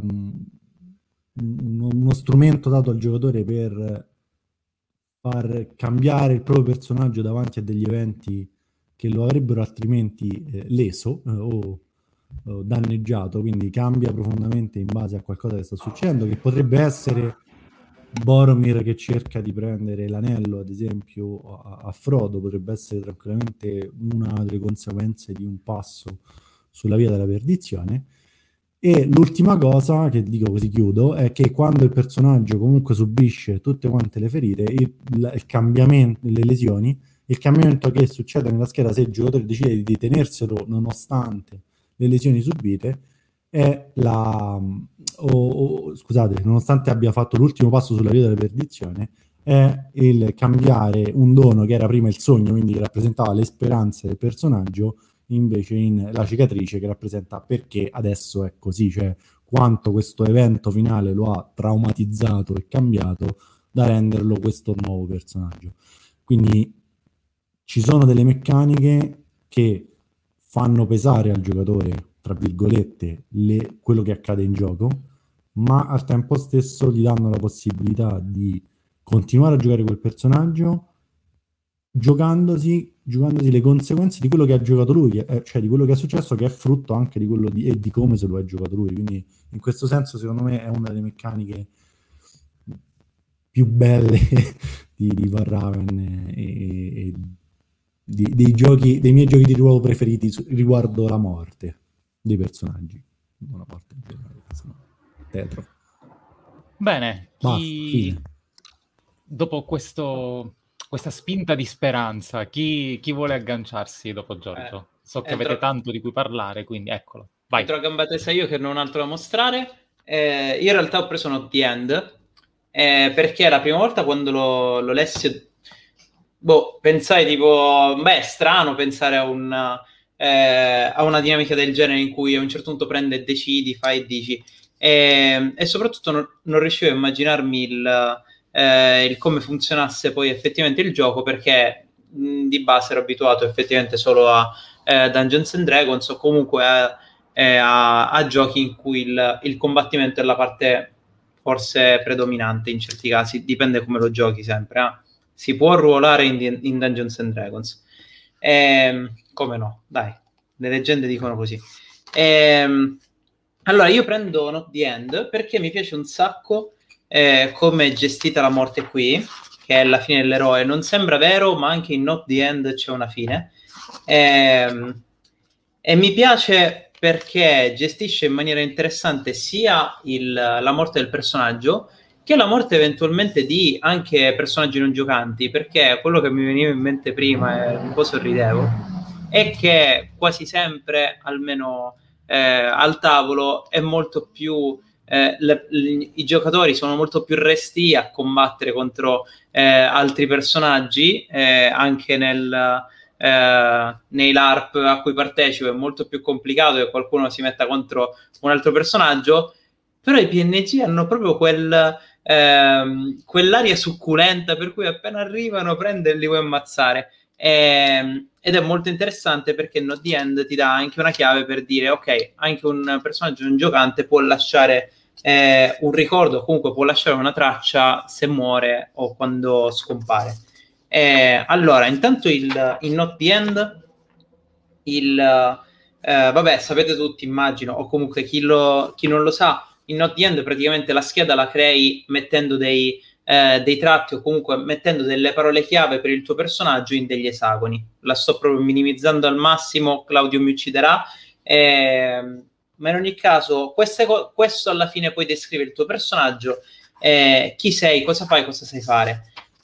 uno strumento dato al giocatore per far cambiare il proprio personaggio davanti a degli eventi che lo avrebbero altrimenti eh, leso eh, o, o danneggiato, quindi cambia profondamente in base a qualcosa che sta succedendo, che potrebbe essere Boromir che cerca di prendere l'anello, ad esempio, a, a Frodo, potrebbe essere tranquillamente una delle conseguenze di un passo sulla via della perdizione. E l'ultima cosa che dico, così chiudo, è che quando il personaggio comunque subisce tutte quante le ferite, il, il cambiamento, le lesioni, il cambiamento che succede nella scheda se il giocatore decide di tenerselo nonostante le lesioni subite è la o, o, scusate, nonostante abbia fatto l'ultimo passo sulla via della perdizione, è il cambiare un dono che era prima il sogno, quindi che rappresentava le speranze del personaggio, invece in la cicatrice che rappresenta perché adesso è così, cioè quanto questo evento finale lo ha traumatizzato e cambiato da renderlo questo nuovo personaggio. Quindi ci sono delle meccaniche che fanno pesare al giocatore, tra virgolette, le, quello che accade in gioco, ma al tempo stesso gli danno la possibilità di continuare a giocare quel personaggio giocandosi, giocandosi le conseguenze di quello che ha giocato lui, che è, cioè di quello che è successo, che è frutto anche di quello di, e di come se lo ha giocato lui. Quindi in questo senso secondo me è una delle meccaniche più belle di, di Warraven e, e di, dei giochi, dei miei giochi di ruolo preferiti su, riguardo la morte dei personaggi. Una morte tetro. Bene, Basta, chi... fine. dopo questo questa spinta di speranza, chi, chi vuole agganciarsi dopo Giorgio? Eh, so che entro... avete tanto di cui parlare, quindi eccolo. Vai. Entro a gamba tesa io che non ho altro da mostrare. Eh, io in realtà ho preso Not the End eh, perché la prima volta quando lo, lo lessi, boh, pensai tipo, beh, è strano pensare a, un, eh, a una dinamica del genere in cui a un certo punto prende e decidi, fai e dici. E, e soprattutto non, non riuscivo a immaginarmi il... Eh, il come funzionasse poi effettivamente il gioco, perché mh, di base ero abituato effettivamente solo a eh, Dungeons and Dragons o comunque a, eh, a, a giochi in cui il, il combattimento è la parte forse predominante in certi casi, dipende come lo giochi sempre. Eh? Si può ruolare in, in Dungeons and Dragons. E, come no, dai, le leggende dicono così. E, allora io prendo Not the End perché mi piace un sacco Eh, come è gestita la morte qui, che è la fine dell'eroe. Non sembra vero, ma anche in Not the End c'è una fine. Eh, e mi piace perché gestisce in maniera interessante sia il, la morte del personaggio che la morte eventualmente di anche personaggi non giocanti, perché quello che mi veniva in mente prima e un po' sorridevo è che quasi sempre, almeno eh, al tavolo, è molto più Eh, le, le, i giocatori sono molto più restii a combattere contro eh, altri personaggi, eh, anche nel, eh, nei LARP a cui partecipo è molto più complicato che qualcuno si metta contro un altro personaggio, però i P N G hanno proprio quel, ehm, quell'aria succulenta per cui appena arrivano prende e li vuoi ammazzare. E, ed è molto interessante perché Not the End ti dà anche una chiave per dire ok, anche un personaggio non giocante può lasciare eh, un ricordo, comunque può lasciare una traccia se muore o quando scompare. E, allora, intanto il, in Not the End il eh, vabbè, sapete tutti immagino, o comunque chi, lo, chi non lo sa, in Not the End praticamente la scheda la crei mettendo dei Eh, dei tratti o comunque mettendo delle parole chiave per il tuo personaggio in degli esagoni. La sto proprio minimizzando al massimo, Claudio mi ucciderà, eh, ma in ogni caso queste co- questo alla fine poi descrive il tuo personaggio, eh, chi sei, cosa fai, cosa sai fare.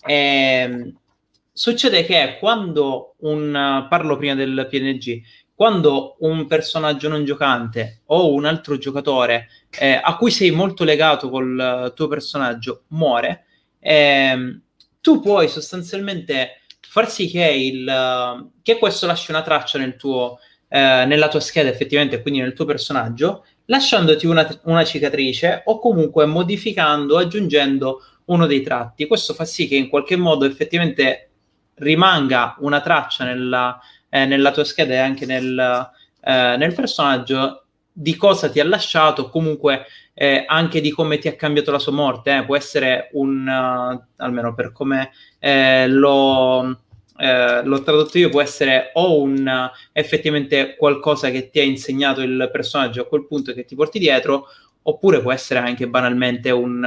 Eh, succede che quando un parlo prima del P N G, quando un personaggio non giocante o un altro giocatore eh, a cui sei molto legato col tuo personaggio muore, eh, tu puoi sostanzialmente far sì che, il, che questo lasci una traccia nel tuo, eh, nella tua scheda effettivamente, quindi nel tuo personaggio, lasciandoti una, una cicatrice o comunque modificando, aggiungendo uno dei tratti. Questo fa sì che in qualche modo effettivamente rimanga una traccia nella, eh, nella tua scheda e anche nel, eh, nel personaggio di cosa ti ha lasciato, comunque eh, anche di come ti ha cambiato la sua morte. Eh. Può essere un, uh, almeno per come eh, l'ho, eh, l'ho tradotto io, può essere o un uh, effettivamente qualcosa che ti ha insegnato il personaggio a quel punto che ti porti dietro, oppure può essere anche banalmente un,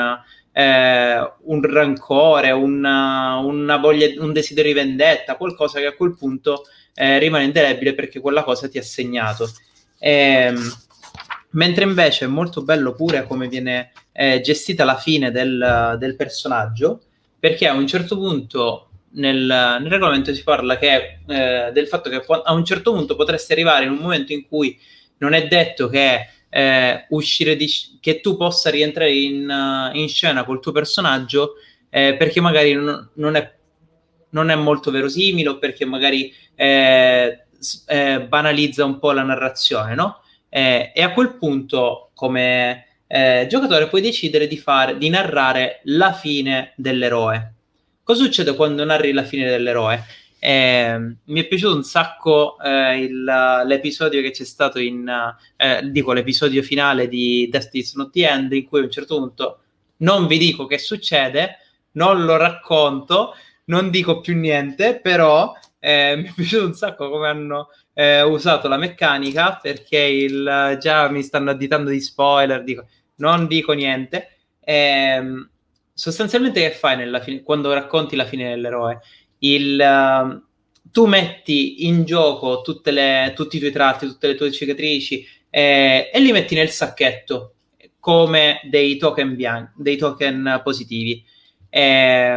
eh, un rancore, una, una voglia, un desiderio di vendetta, qualcosa che a quel punto eh, rimane indelebile perché quella cosa ti ha segnato. E, mentre invece è molto bello pure come viene eh, gestita la fine del, del personaggio, perché a un certo punto nel, nel regolamento si parla che, eh, del fatto che a un certo punto potresti arrivare in un momento in cui non è detto che eh, uscire di, che tu possa rientrare in, uh, in scena col tuo personaggio, eh, perché magari non, non, è, non è molto verosimile, o perché magari eh, eh, banalizza un po' la narrazione, no? Eh, e a quel punto, come eh, giocatore, puoi decidere di, fare, di narrare la fine dell'eroe. Cosa succede quando narri la fine dell'eroe? Eh, mi è piaciuto un sacco eh, il, l'episodio che c'è stato in eh, dico l'episodio finale di Death Is Not the End, in cui a un certo punto non vi dico che succede, non lo racconto, non dico più niente, però eh, mi è piaciuto un sacco come hanno eh, usato la meccanica, perché il, già mi stanno additando di spoiler, dico, non dico niente. Eh, sostanzialmente che fai nella fine, quando racconti la fine dell'eroe? Il, uh, tu metti in gioco tutte le, tutti i tuoi tratti, tutte le tue cicatrici eh, e li metti nel sacchetto come dei token bianchi, dei token positivi. Eh,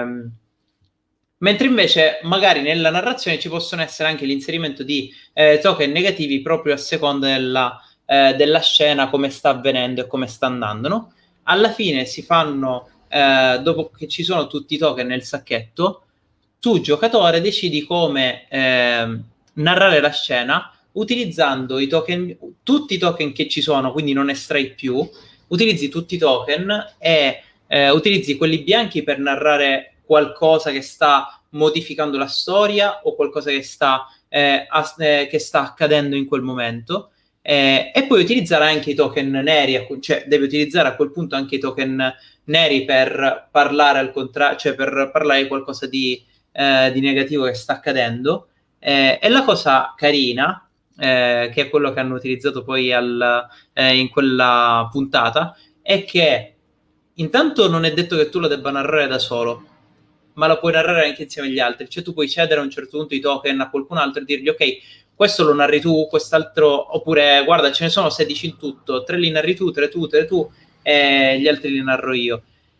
mentre invece magari nella narrazione ci possono essere anche l'inserimento di eh, token negativi proprio a seconda della, eh, della scena, come sta avvenendo e come sta andando, no? Alla fine si fanno, eh, dopo che ci sono tutti i token nel sacchetto, tu giocatore decidi come eh, narrare la scena utilizzando i token, tutti i token che ci sono, quindi non estrai più, utilizzi tutti i token e eh, utilizzi quelli bianchi per narrare qualcosa che sta modificando la storia o qualcosa che sta, eh, as- eh, che sta accadendo in quel momento, eh, e puoi utilizzare anche i token neri, cioè devi utilizzare a quel punto anche i token neri per parlare al contrario, cioè per parlare di qualcosa di Eh, di negativo che sta accadendo, eh, e la cosa carina, eh, che è quello che hanno utilizzato poi al, eh, in quella puntata, è che intanto non è detto che tu lo debba narrare da solo, ma lo puoi narrare anche insieme agli altri, cioè tu puoi cedere a un certo punto i token a qualcun altro e dirgli ok, questo lo narri tu, quest'altro, oppure guarda ce ne sono sedici in tutto, tre li narri tu, tre tu, tre tu e gli altri li narro io.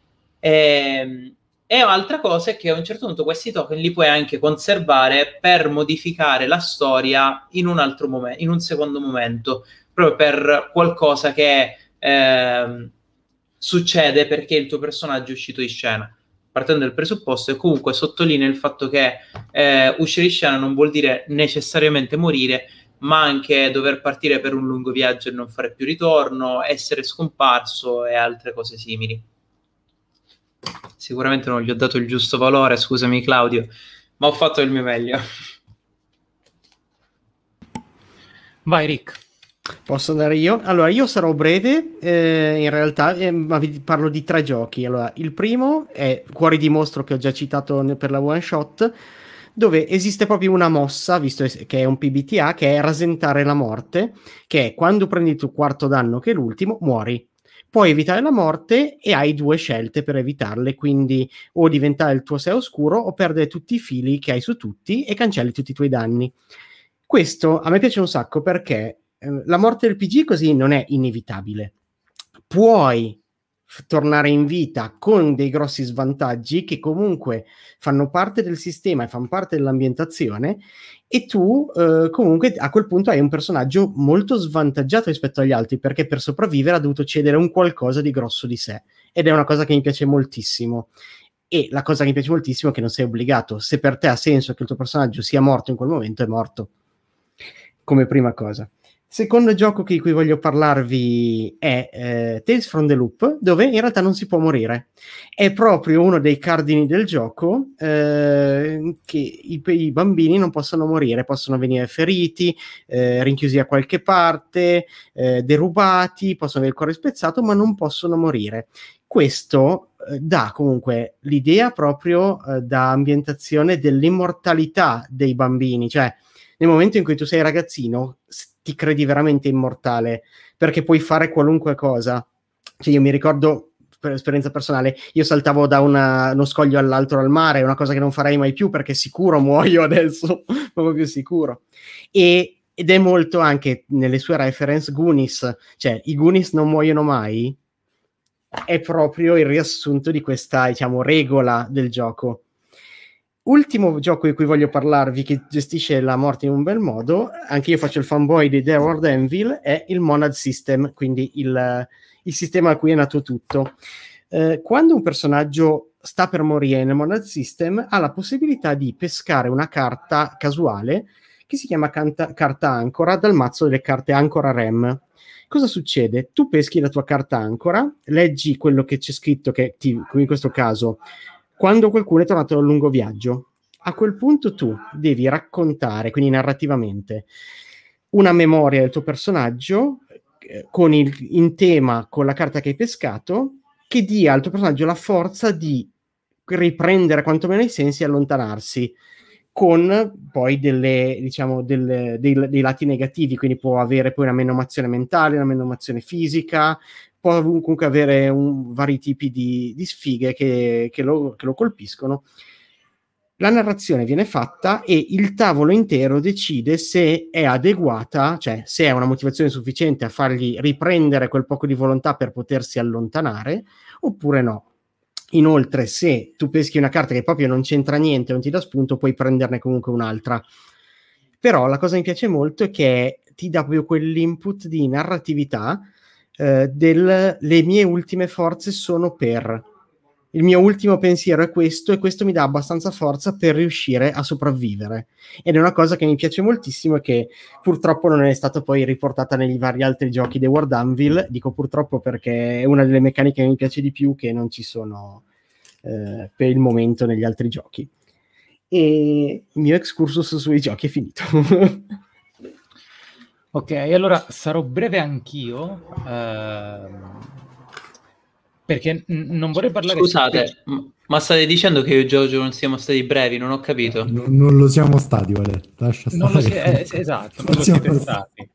E, E altra cosa è che a un certo punto questi token li puoi anche conservare per modificare la storia in un altro momento, in un secondo momento, proprio per qualcosa che eh, succede perché il tuo personaggio è uscito di scena. Partendo dal presupposto, e comunque sottolinea il fatto che eh, uscire di scena non vuol dire necessariamente morire, ma anche dover partire per un lungo viaggio e non fare più ritorno, essere scomparso e altre cose simili. Sicuramente non gli ho dato il giusto valore, scusami Claudio, ma ho fatto il mio meglio. Vai Rick. Posso andare io? Allora, io sarò breve, eh, in realtà, eh, ma vi parlo di tre giochi. Allora, il primo è Cuori di Mostro, che ho già citato per la one shot, dove esiste proprio una mossa, visto che è un P B T A, che è rasentare la morte, che è quando prendi il tuo quarto danno, che è l'ultimo, muori. Puoi evitare la morte e hai due scelte per evitarle, quindi o diventare il tuo sé oscuro o perdere tutti i fili che hai su tutti e cancelli tutti i tuoi danni. Questo a me piace un sacco perché eh, la morte del P G così non è inevitabile. Puoi f- tornare in vita con dei grossi svantaggi che comunque fanno parte del sistema e fanno parte dell'ambientazione, e tu eh, comunque a quel punto hai un personaggio molto svantaggiato rispetto agli altri, perché per sopravvivere ha dovuto cedere un qualcosa di grosso di sé, ed è una cosa che mi piace moltissimo. E la cosa che mi piace moltissimo è che non sei obbligato. Se per te ha senso che il tuo personaggio sia morto in quel momento, è morto, come prima cosa. Secondo gioco di cui voglio parlarvi è eh, Tales from the Loop, dove in realtà non si può morire. È proprio uno dei cardini del gioco, eh, che i, i bambini non possono morire, possono venire feriti, eh, rinchiusi a qualche parte, eh, derubati, possono avere il cuore spezzato, ma non possono morire. Questo eh, dà comunque l'idea proprio eh, da ambientazione dell'immortalità dei bambini, cioè nel momento in cui tu sei ragazzino ti credi veramente immortale, perché puoi fare qualunque cosa. Cioè io mi ricordo, per esperienza personale, io saltavo da una, uno scoglio all'altro al mare, una cosa che non farei mai più perché sicuro muoio adesso, proprio più sicuro. E ed è molto anche nelle sue reference Goonies, cioè i Goonies non muoiono mai, è proprio il riassunto di questa, diciamo, regola del gioco. Ultimo gioco di cui voglio parlarvi, che gestisce la morte in un bel modo, anche io faccio il fanboy di The World Anvil, è il Monad System, quindi il, il sistema a cui è nato tutto. Eh, quando un personaggio sta per morire nel Monad System, ha la possibilità di pescare una carta casuale che si chiama canta, carta ancora dal mazzo delle carte ancora rem. Cosa succede? Tu peschi la tua carta ancora, leggi quello che c'è scritto, che ti, in questo caso, quando qualcuno è tornato da un lungo viaggio. A quel punto tu devi raccontare, quindi narrativamente, una memoria del tuo personaggio eh, con il, in tema con la carta che hai pescato, che dia al tuo personaggio la forza di riprendere quantomeno i sensi e allontanarsi, con poi delle, diciamo, delle, dei, dei lati negativi, quindi può avere poi una menomazione mentale, una menomazione fisica, può comunque avere un, vari tipi di, di sfighe che, che, lo, che lo colpiscono. La narrazione viene fatta e il tavolo intero decide se è adeguata, cioè se è una motivazione sufficiente a fargli riprendere quel poco di volontà per potersi allontanare, oppure no. Inoltre, se tu peschi una carta che proprio non c'entra niente, non ti dà spunto, puoi prenderne comunque un'altra. Però la cosa che mi piace molto è che ti dà proprio quell'input di narratività eh, del le mie ultime forze sono per... Il mio ultimo pensiero è questo, e questo mi dà abbastanza forza per riuscire a sopravvivere. Ed è una cosa che mi piace moltissimo e che purtroppo non è stata poi riportata negli vari altri giochi di World Anvil. Dico purtroppo perché è una delle meccaniche che mi piace di più, che non ci sono eh, per il momento negli altri giochi. E il mio excursus sui giochi è finito. Ok, allora sarò breve anch'io. Ehm... Perché n- non vorrei parlare... Scusate, m- ma state dicendo che io e Giorgio non siamo stati brevi? Non ho capito. No, non lo siamo stati, Vale. Lascia Non lo stare. si- eh, esatto, non lo siete stati.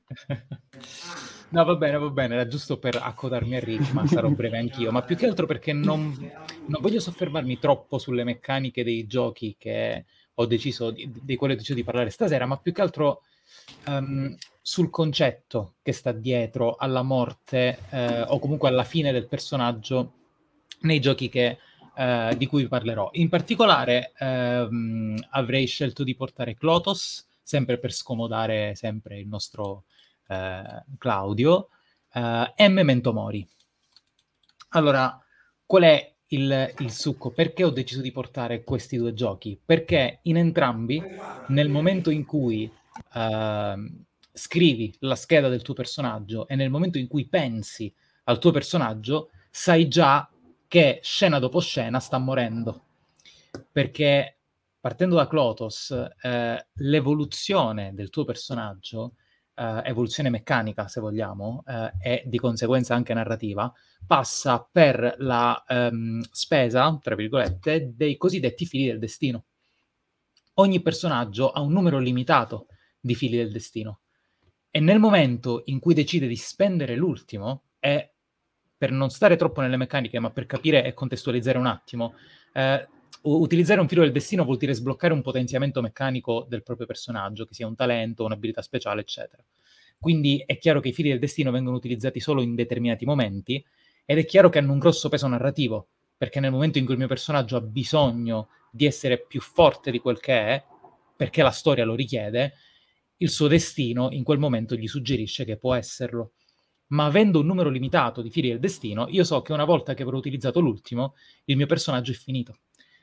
No, va bene, va bene, era giusto per accodarmi a Rick, ma sarò breve anch'io. Ma più che altro perché non, non voglio soffermarmi troppo sulle meccaniche dei giochi che ho deciso, di, di quali ho deciso di parlare stasera, ma più che altro um, sul concetto che sta dietro alla morte eh, o comunque alla fine del personaggio nei giochi che, eh, di cui vi parlerò. In particolare ehm, avrei scelto di portare Klotos, sempre per scomodare sempre il nostro eh, Claudio, eh, e Memento Mori. Allora, qual è il, il succo? Perché ho deciso di portare questi due giochi? Perché in entrambi, nel momento in cui eh, scrivi la scheda del tuo personaggio e nel momento in cui pensi al tuo personaggio, sai già che scena dopo scena sta morendo. Perché partendo da Klotos, eh, l'evoluzione del tuo personaggio, eh, evoluzione meccanica se vogliamo, eh, e di conseguenza anche narrativa, passa per la ehm, spesa, tra virgolette, dei cosiddetti fili del destino. Ogni personaggio ha un numero limitato di fili del destino. E nel momento in cui decide di spendere l'ultimo, e per non stare troppo nelle meccaniche, ma per capire e contestualizzare un attimo, eh, utilizzare un filo del destino vuol dire sbloccare un potenziamento meccanico del proprio personaggio, che sia un talento, un'abilità speciale, eccetera. Quindi è chiaro che i fili del destino vengono utilizzati solo in determinati momenti, ed è chiaro che hanno un grosso peso narrativo, perché nel momento in cui il mio personaggio ha bisogno di essere più forte di quel che è, perché la storia lo richiede, il suo destino in quel momento gli suggerisce che può esserlo. Ma avendo un numero limitato di fili del destino, io so che una volta che avrò utilizzato l'ultimo, il mio personaggio è finito.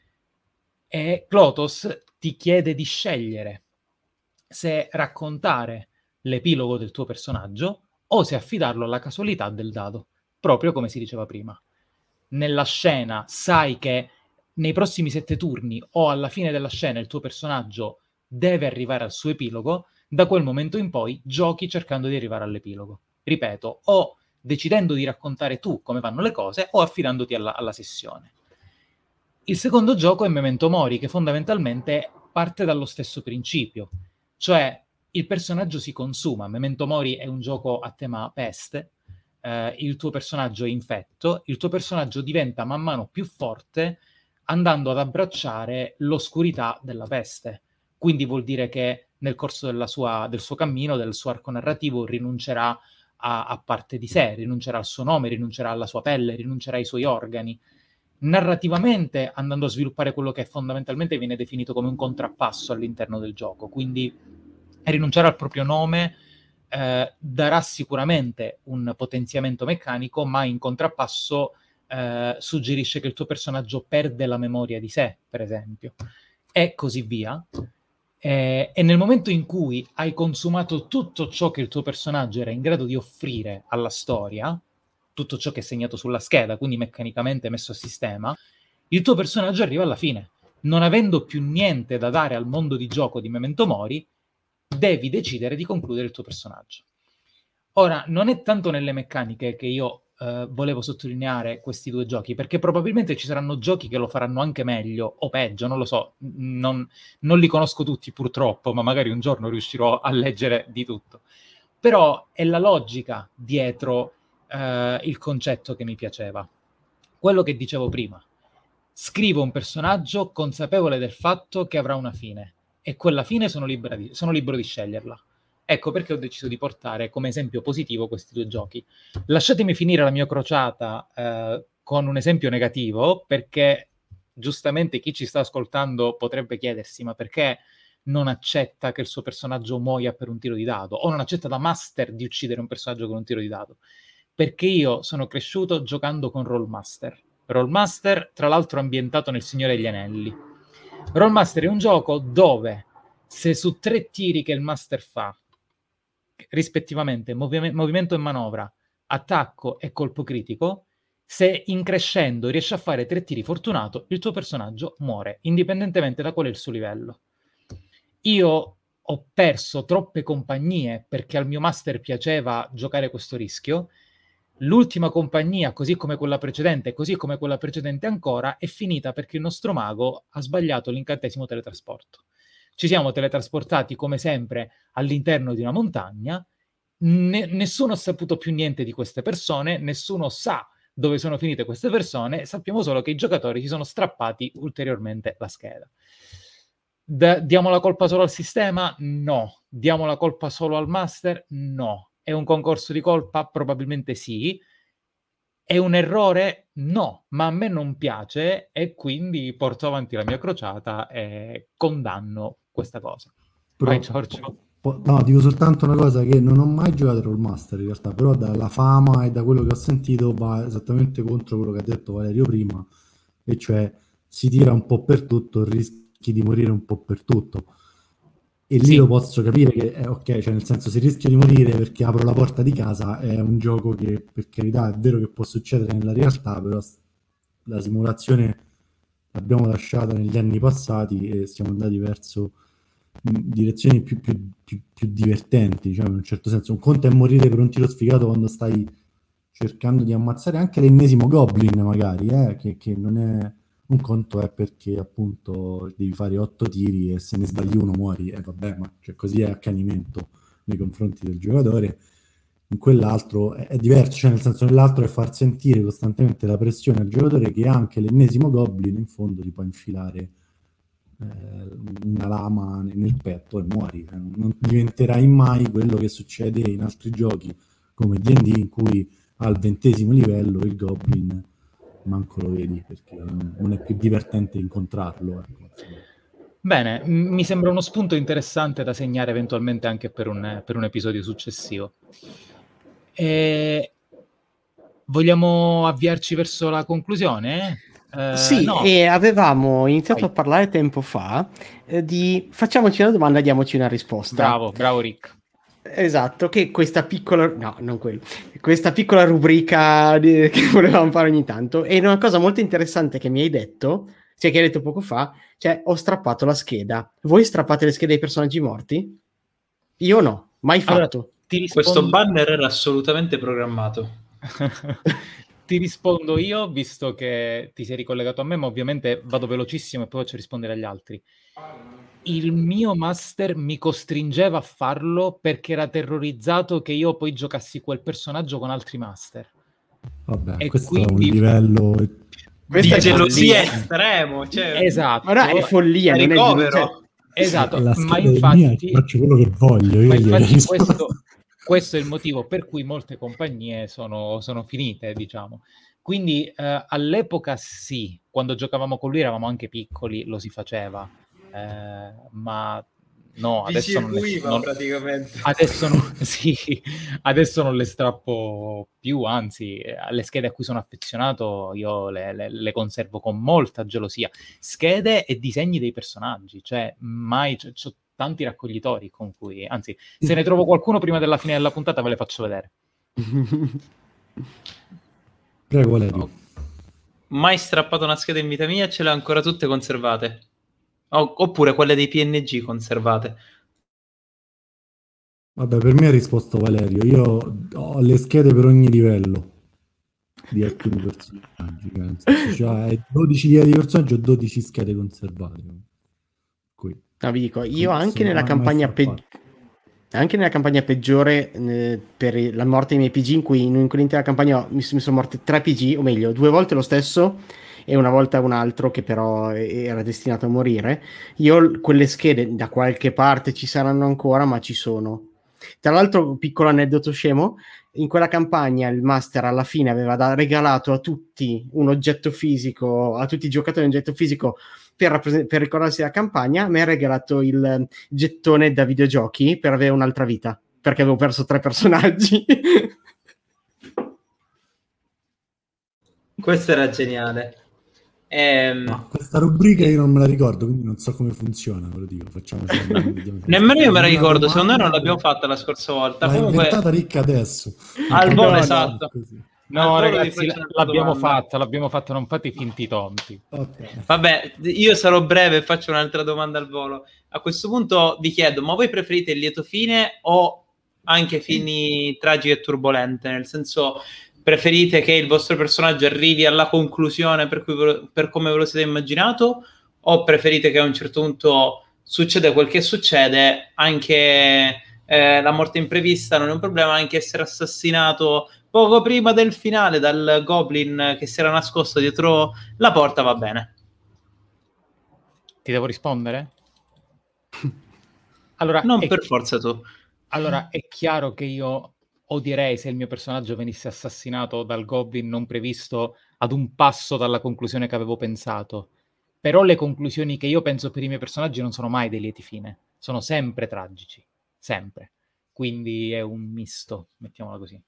E Klotos ti chiede di scegliere se raccontare l'epilogo del tuo personaggio o se affidarlo alla casualità del dado, proprio come si diceva prima. Nella scena sai che nei prossimi sette turni o alla fine della scena il tuo personaggio deve arrivare al suo epilogo, da quel momento in poi giochi cercando di arrivare all'epilogo. Ripeto, o decidendo di raccontare tu come vanno le cose o affidandoti alla, alla sessione. Il secondo gioco è Memento Mori, che fondamentalmente parte dallo stesso principio, cioè il personaggio si consuma. Memento Mori è un gioco a tema peste, eh, il tuo personaggio è infetto, il tuo personaggio diventa man mano più forte andando ad abbracciare l'oscurità della peste. Quindi vuol dire che nel corso della sua, del suo cammino, del suo arco narrativo, rinuncerà a, a parte di sé, rinuncerà al suo nome, rinuncerà alla sua pelle, rinuncerà ai suoi organi. Narrativamente, andando a sviluppare quello che fondamentalmente viene definito come un contrappasso all'interno del gioco, quindi rinunciare al proprio nome eh, darà sicuramente un potenziamento meccanico, ma in contrappasso eh, suggerisce che il tuo personaggio perde la memoria di sé, per esempio, e così via. Eh, e nel momento in cui hai consumato tutto ciò che il tuo personaggio era in grado di offrire alla storia, tutto ciò che è segnato sulla scheda, quindi meccanicamente messo a sistema, il tuo personaggio arriva alla fine. Non avendo più niente da dare al mondo di gioco di Memento Mori, devi decidere di concludere il tuo personaggio. Ora, non è tanto nelle meccaniche che io eh, volevo sottolineare questi due giochi, perché probabilmente ci saranno giochi che lo faranno anche meglio o peggio, non lo so, non, non li conosco tutti purtroppo, ma magari un giorno riuscirò a leggere di tutto. Però è la logica dietro Uh, il concetto che mi piaceva. Quello che dicevo prima. Scrivo un personaggio consapevole del fatto che avrà una fine e quella fine sono, libera di, sono libero di sceglierla. Ecco perché ho deciso di portare come esempio positivo questi due giochi. Lasciatemi finire la mia crociata uh, con un esempio negativo, perché giustamente chi ci sta ascoltando potrebbe chiedersi: ma perché non accetta che il suo personaggio muoia per un tiro di dado, o non accetta da master di uccidere un personaggio con un tiro di dado? Perché io sono cresciuto giocando con Rollmaster. Rollmaster, tra l'altro, ambientato nel Signore degli Anelli. Rollmaster è un gioco dove, se su tre tiri che il master fa, rispettivamente movi- movimento e manovra, attacco e colpo critico, se in crescendo riesci a fare tre tiri fortunato, il tuo personaggio muore, indipendentemente da qual è il suo livello. Io ho perso troppe compagnie perché al mio master piaceva giocare questo rischio. L'ultima compagnia, così come quella precedente, così come quella precedente ancora, è finita perché il nostro mago ha sbagliato l'incantesimo teletrasporto. Ci siamo teletrasportati, come sempre, all'interno di una montagna, ne- nessuno ha saputo più niente di queste persone, nessuno sa dove sono finite queste persone, sappiamo solo che i giocatori si sono strappati ulteriormente la scheda. D- diamo la colpa solo al sistema? No. Diamo la colpa solo al master? No. È un concorso di colpa? Probabilmente sì. È un errore? No, ma a me non piace e quindi porto avanti la mia crociata e condanno questa cosa. Però, Vai, Giorgio. po- no, dico soltanto una cosa, che non ho mai giocato Rollmaster in realtà, però dalla fama e da quello che ho sentito va esattamente contro quello che ha detto Valerio prima, e cioè si tira un po' per tutto, rischi di morire un po' per tutto. E lì Sì. lo posso capire che è ok, cioè nel senso, si rischia di morire perché apro la porta di casa, è un gioco che, per carità, è vero che può succedere nella realtà, però s- la simulazione l'abbiamo lasciata negli anni passati e siamo andati verso mh, direzioni più, più, più, più divertenti, cioè in un certo senso. Un conto è morire per un tiro sfigato quando stai cercando di ammazzare anche l'ennesimo goblin magari, eh, che, che non è... Un conto è perché appunto devi fare otto tiri e se ne sbagli uno muori, e vabbè, ma cioè, così è accanimento nei confronti del giocatore. In quell'altro è, è diverso, cioè nel senso, nell'altro è far sentire costantemente la pressione al giocatore che anche l'ennesimo goblin in fondo ti può infilare eh, una lama nel, nel petto e muori. Eh, non diventerai mai quello che succede in altri giochi come D and D, in cui al ventesimo livello il goblin manco lo vedi perché non è più divertente incontrarlo. Ecco. Bene, m- mi sembra uno spunto interessante da segnare eventualmente anche per un, per un episodio successivo. E... Vogliamo avviarci verso la conclusione? Eh, Sì, no. e avevamo iniziato Vai. a parlare tempo fa eh, di facciamoci una domanda, diamoci una risposta. Bravo, bravo Rick. Esatto, che questa piccola, no, non quello, questa piccola rubrica di- che volevamo fare ogni tanto. E una cosa molto interessante che mi hai detto, cioè che hai detto poco fa, cioè ho strappato la scheda. Voi strappate le schede ai personaggi morti? Io no, mai Allora, fatto. ti rispondo... Questo banner era assolutamente programmato. Ti rispondo io, visto che ti sei ricollegato a me, ma ovviamente vado velocissimo e poi faccio rispondere agli altri. Il mio master mi costringeva a farlo perché era terrorizzato che io poi giocassi quel personaggio con altri master. Vabbè, E questo quindi... è un livello Questa Di è gelosia follia. estremo, cioè, Esatto. Ma no, è follia, è non è, ricovero. cioè, Esatto, La ma scheda è mia, infatti, faccio quello che voglio. Io ma gli infatti rispondo. questo, questo è il motivo per cui molte compagnie sono, sono finite, diciamo. Quindi eh, all'epoca sì, quando giocavamo con lui eravamo anche piccoli, lo si faceva, eh, ma no, Vi adesso non, ne, circuiva non, praticamente. adesso, non, sì, adesso non le strappo più, anzi, alle schede a cui sono affezionato io le, le, le conservo con molta gelosia. Schede e disegni dei personaggi, cioè mai c'ho, c'ho tanti raccoglitori con cui, anzi, se ne trovo qualcuno prima della fine della puntata ve le faccio vedere. Prego, Valerio. Oh. Mai strappato una scheda in vita mia e ce le ho ancora tutte conservate. O- oppure quelle dei P N G conservate. Vabbè, per me ha risposto Valerio. Io ho le schede per ogni livello di alcuni personaggi. Nel senso, cioè, dodici livelli di personaggio, ho dodici schede conservate. Qui. No, vi dico, io anche Sono nella mai campagna strappato. pe- anche nella campagna peggiore eh, per la morte dei miei P G, in cui in quell'intera campagna mi, mi sono morte tre P G, o meglio, due volte lo stesso e una volta un altro che però era destinato a morire. Io quelle schede da qualche parte ci saranno ancora, ma ci sono. Tra l'altro, piccolo aneddoto scemo, in quella campagna il master alla fine aveva da- regalato a tutti un oggetto fisico, a tutti i giocatori un oggetto fisico per, rappres- per ricordarsi la campagna. A me ha regalato il gettone da videogiochi per avere un'altra vita, perché avevo perso tre personaggi. Questo era geniale. Ehm, Ma questa rubrica io non me la ricordo, quindi non so come funziona, ve lo dico. Facciamoci Nemmeno io me la una ricordo, secondo me non domanda, l'abbiamo fatta la scorsa volta. l'ha Comunque, inventata Ricca adesso. al No, volo, no. esatto. Così. No, Al volo vi ragazzi, faccio l- un'altra l'abbiamo domanda. fatta, l'abbiamo fatta, non fate i finti tonti. Ok. Vabbè, io sarò breve e faccio un'altra domanda al volo. A questo punto vi chiedo, ma voi preferite il lieto fine o anche fini tragiche e turbolente? Nel senso, preferite che il vostro personaggio arrivi alla conclusione per, cui ve lo- per come ve lo siete immaginato, o preferite che a un certo punto succede quel che succede, anche eh, la morte imprevista non è un problema, anche essere assassinato poco prima del finale dal goblin che si era nascosto dietro la porta va bene. Ti devo rispondere? Allora, Non è per chi- forza tu. allora, è chiaro che io odierei se il mio personaggio venisse assassinato dal goblin non previsto ad un passo dalla conclusione che avevo pensato. Però le conclusioni che io penso per i miei personaggi non sono mai dei lieti fine, sono sempre tragici, sempre. Quindi è un misto, mettiamola così.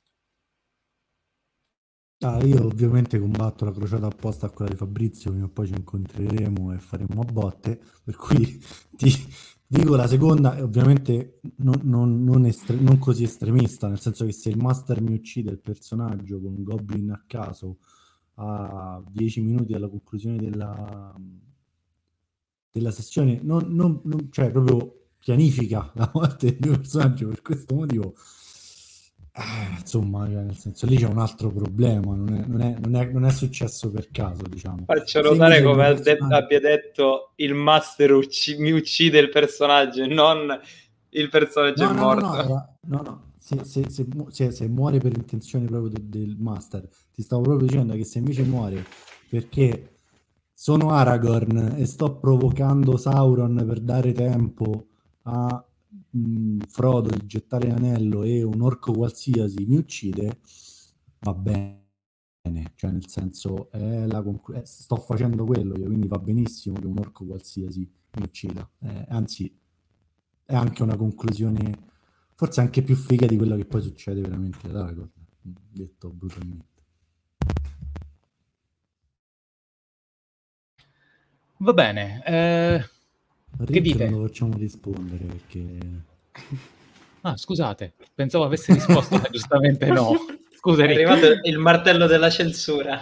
Ah, io ovviamente combatto la crociata opposta a quella di Fabrizio, prima o poi ci incontreremo e faremo a botte, per cui ti dico la seconda, è ovviamente non, non- non estre- non così estremista, nel senso che se il master mi uccide il personaggio con un goblin a caso a dieci minuti dalla conclusione della, della sessione, non, non- non- cioè proprio pianifica la morte del mio personaggio per questo motivo. Eh, insomma, cioè, nel senso lì c'è un altro problema, non è, non è- non è- non è successo per caso, diciamo. Faccio Se notare invece il come mio ha de- personaggio- abbia detto il master ucci- mi uccide il personaggio e non il personaggio No, è no, no, morto. no, era- no, no, se, se- se mu- se- se muore per intenzione proprio de- del master, ti stavo proprio dicendo che se invece muore perché sono Aragorn e sto provocando Sauron per dare tempo a mh, Frodo di gettare l'anello e un orco qualsiasi mi uccide, va bene, cioè nel senso è la conclu- eh, sto facendo quello io, quindi va benissimo che un orco qualsiasi mi uccida. Eh, anzi, è anche una conclusione forse anche più figa di quello che poi succede veramente ad Aragorn, detto brutalmente. Va bene, eh, che Rick dite? non lo facciamo rispondere perché Ah, scusate, pensavo avesse risposto, ma giustamente no. Scusa, È Rick. arrivato il martello della censura.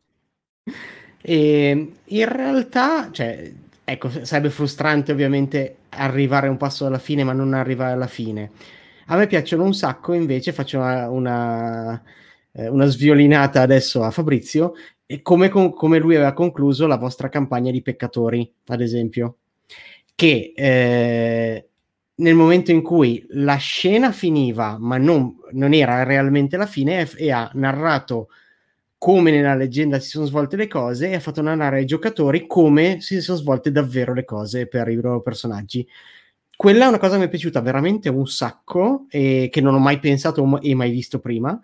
E in realtà, cioè, ecco, sarebbe frustrante ovviamente arrivare a un passo alla fine, ma non arrivare alla fine. A me piacciono un sacco, invece faccio una, una, eh, una sviolinata adesso a Fabrizio, e come, con- come lui aveva concluso la vostra campagna di peccatori, ad esempio, che eh, nel momento in cui la scena finiva, ma non, non era realmente la fine, e, e ha narrato come nella leggenda si sono svolte le cose e ha fatto narrare ai giocatori come si sono svolte davvero le cose per i loro personaggi. Quella è una cosa che mi è piaciuta veramente un sacco e che non ho mai pensato e mai visto prima,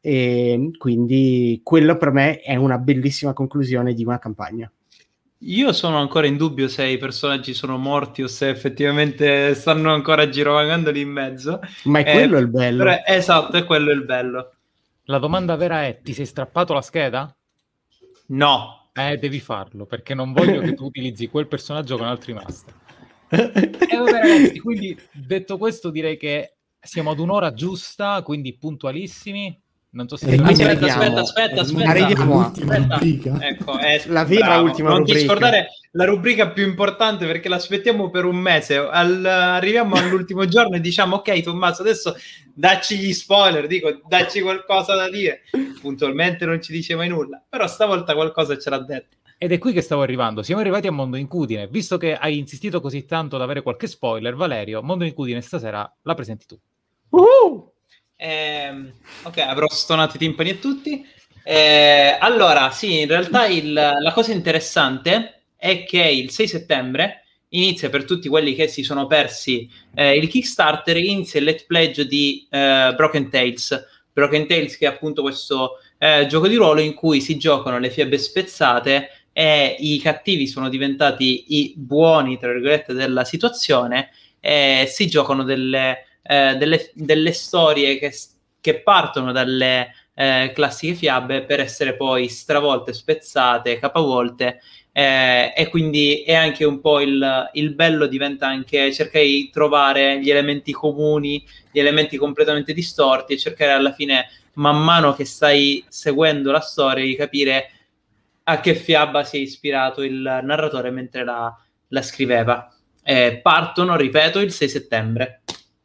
e quindi quello per me è una bellissima conclusione di una campagna. Io sono ancora in dubbio se i personaggi sono morti o se effettivamente stanno ancora girovagando lì in mezzo. Ma è quello eh, il bello. Però, esatto, è quello il bello. La domanda vera è: ti sei strappato la scheda? No. Eh, devi farlo, perché non voglio che tu utilizzi quel personaggio con altri master. E vabbè ragazzi, quindi detto questo direi che siamo ad un'ora giusta, quindi puntualissimi. Non so se eh, ti aspetta, aspetta, aspetta, aspetta, arriviamo aspetta. Ecco, è, la vera bravo. ultima non rubrica. ti scordare la rubrica più importante, perché l'aspettiamo per un mese. Al, arriviamo all'ultimo giorno e diciamo: ok, Tommaso, adesso dacci gli spoiler, dico, dacci qualcosa da dire. Puntualmente non ci dice mai nulla, però stavolta qualcosa ce l'ha detto. Ed è qui che stavo arrivando. Siamo arrivati a Mondo Incudine. Visto che hai insistito così tanto ad avere qualche spoiler, Valerio, Mondo Incudine stasera la presenti tu. Uh-huh. Eh, ok, avrò stonato i timpani a tutti. Eh, allora, sì, in realtà il, la cosa interessante è che il sei settembre inizia, per tutti quelli che si sono persi eh, il Kickstarter, inizia il Let's Pledge di eh, Broken Tales. Broken Tales, che è appunto questo eh, gioco di ruolo in cui si giocano le fiabe spezzate e i cattivi sono diventati i buoni, tra virgolette, della situazione, e si giocano delle Eh, delle, delle storie che, che partono dalle eh, classiche fiabe per essere poi stravolte, spezzate, capavolte, eh, e quindi è anche un po' il, il bello, diventa anche cercare di trovare gli elementi comuni, gli elementi completamente distorti e cercare alla fine, man mano che stai seguendo la storia, di capire a che fiaba si è ispirato il narratore mentre la, la scriveva. Eh, partono, ripeto, il sei settembre.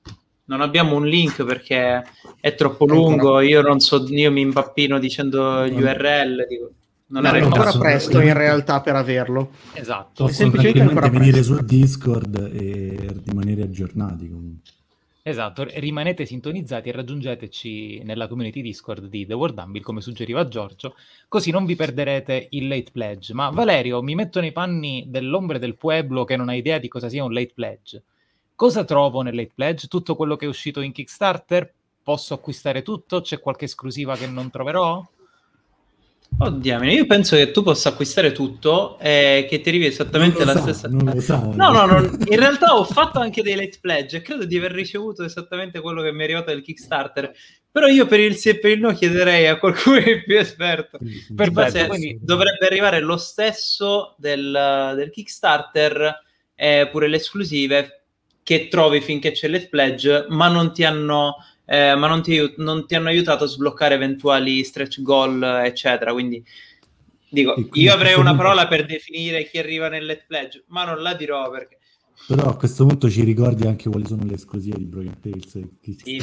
Non abbiamo un link perché è troppo lungo, io non so, io mi impappino dicendo gli U R L, dico, non no, è è ancora presto in realtà per averlo. Esatto. Possono semplicemente venire su Discord e rimanere aggiornati comunque. Esatto, rimanete sintonizzati e raggiungeteci nella community Discord di The World Humble, come suggeriva Giorgio, così non vi perderete il Late Pledge. Ma Valerio, mi metto nei panni dell'Ombre del Pueblo che non ha idea di cosa sia un Late Pledge. Cosa trovo nel Late Pledge? Tutto quello che è uscito in Kickstarter? Posso acquistare tutto? C'è qualche esclusiva che non troverò? Oddio, io penso che tu possa acquistare tutto e che ti arrivi esattamente la so, stessa... Non lo so, no, no, no, in realtà ho fatto anche dei Late Pledge e credo di aver ricevuto esattamente quello che mi è arrivato del Kickstarter, però io per il sì e per il no chiederei a qualcuno che è più esperto. Per base, quindi dovrebbe arrivare lo stesso del, del Kickstarter e pure le esclusive che trovi finché c'è Let's Pledge, ma non ti hanno eh, ma non ti, non ti hanno aiutato a sbloccare eventuali stretch goal, eccetera. Quindi dico, quindi io avrei una parola per definire chi arriva nel Let's Pledge, ma non la dirò perché... Però a questo punto ci ricordi anche quali sono le esclusive di Broken Tales. Sì,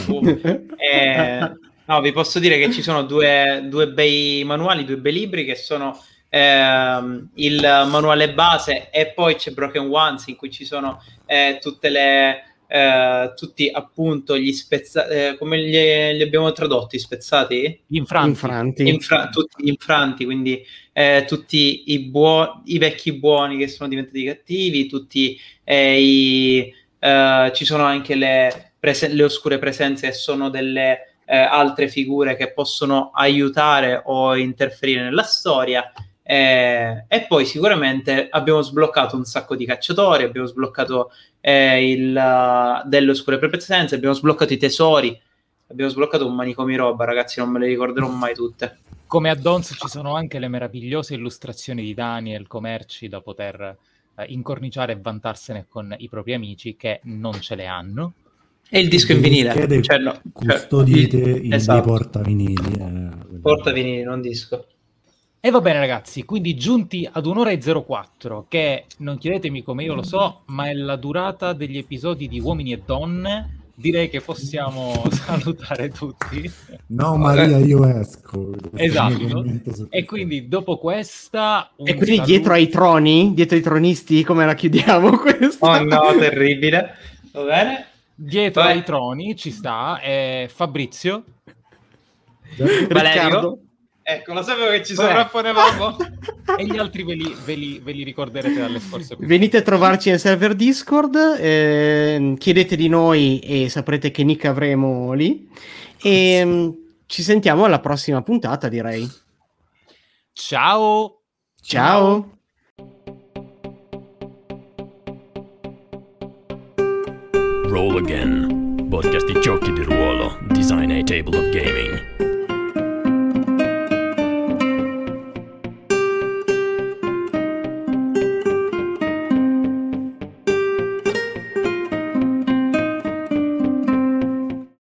eh, no, vi posso dire che ci sono due, due bei manuali, due bei libri che sono eh, il manuale base e poi c'è Broken Ones in cui ci sono eh, tutte le eh, tutti appunto gli spezzati, eh, come li, li abbiamo tradotti, spezzati? Gli infranti. infranti. Infra- tutti gli infranti, quindi eh, tutti i, buo- i vecchi buoni che sono diventati cattivi, tutti eh, i, eh, ci sono anche le, presen- le oscure presenze che sono delle eh, altre figure che possono aiutare o interferire nella storia. Eh, e poi sicuramente abbiamo sbloccato un sacco di cacciatori, abbiamo sbloccato eh, il, uh, delle oscure presenze, abbiamo sbloccato i tesori, abbiamo sbloccato un manicomio roba, ragazzi, non me le ricorderò mai tutte. Come add-ons ci sono anche le meravigliose illustrazioni di Daniel Comerci da poter eh, incorniciare e vantarsene con i propri amici che non ce le hanno. E il disco in vinile, cioè, no, custodite cioè, in esatto. dei portavinili. Eh, portavinili, non disco. E va bene ragazzi, quindi giunti ad un'ora e zero quattro, che non chiedetemi come io lo so, ma è la durata degli episodi di Uomini e Donne, direi che possiamo salutare tutti. No Maria, io esco. Esatto, e quindi dopo questa... E quindi saluto... dietro ai troni, dietro ai tronisti, come la chiudiamo questa? Oh no, terribile. Va bene? Dietro Vai. ai troni ci sta eh, Fabrizio, Valerio, Ecco, lo sapevo che ci Vabbè. sovrapponevamo. E gli altri ve li, ve li, ve li ricorderete dalle scorse puntate. Venite a trovarci nel server Discord, eh, chiedete di noi e saprete che nick avremo lì. E mm, ci sentiamo alla prossima puntata, direi. Ciao! Ciao! Roll Again, podcast di giochi di ruolo, design a table of gaming.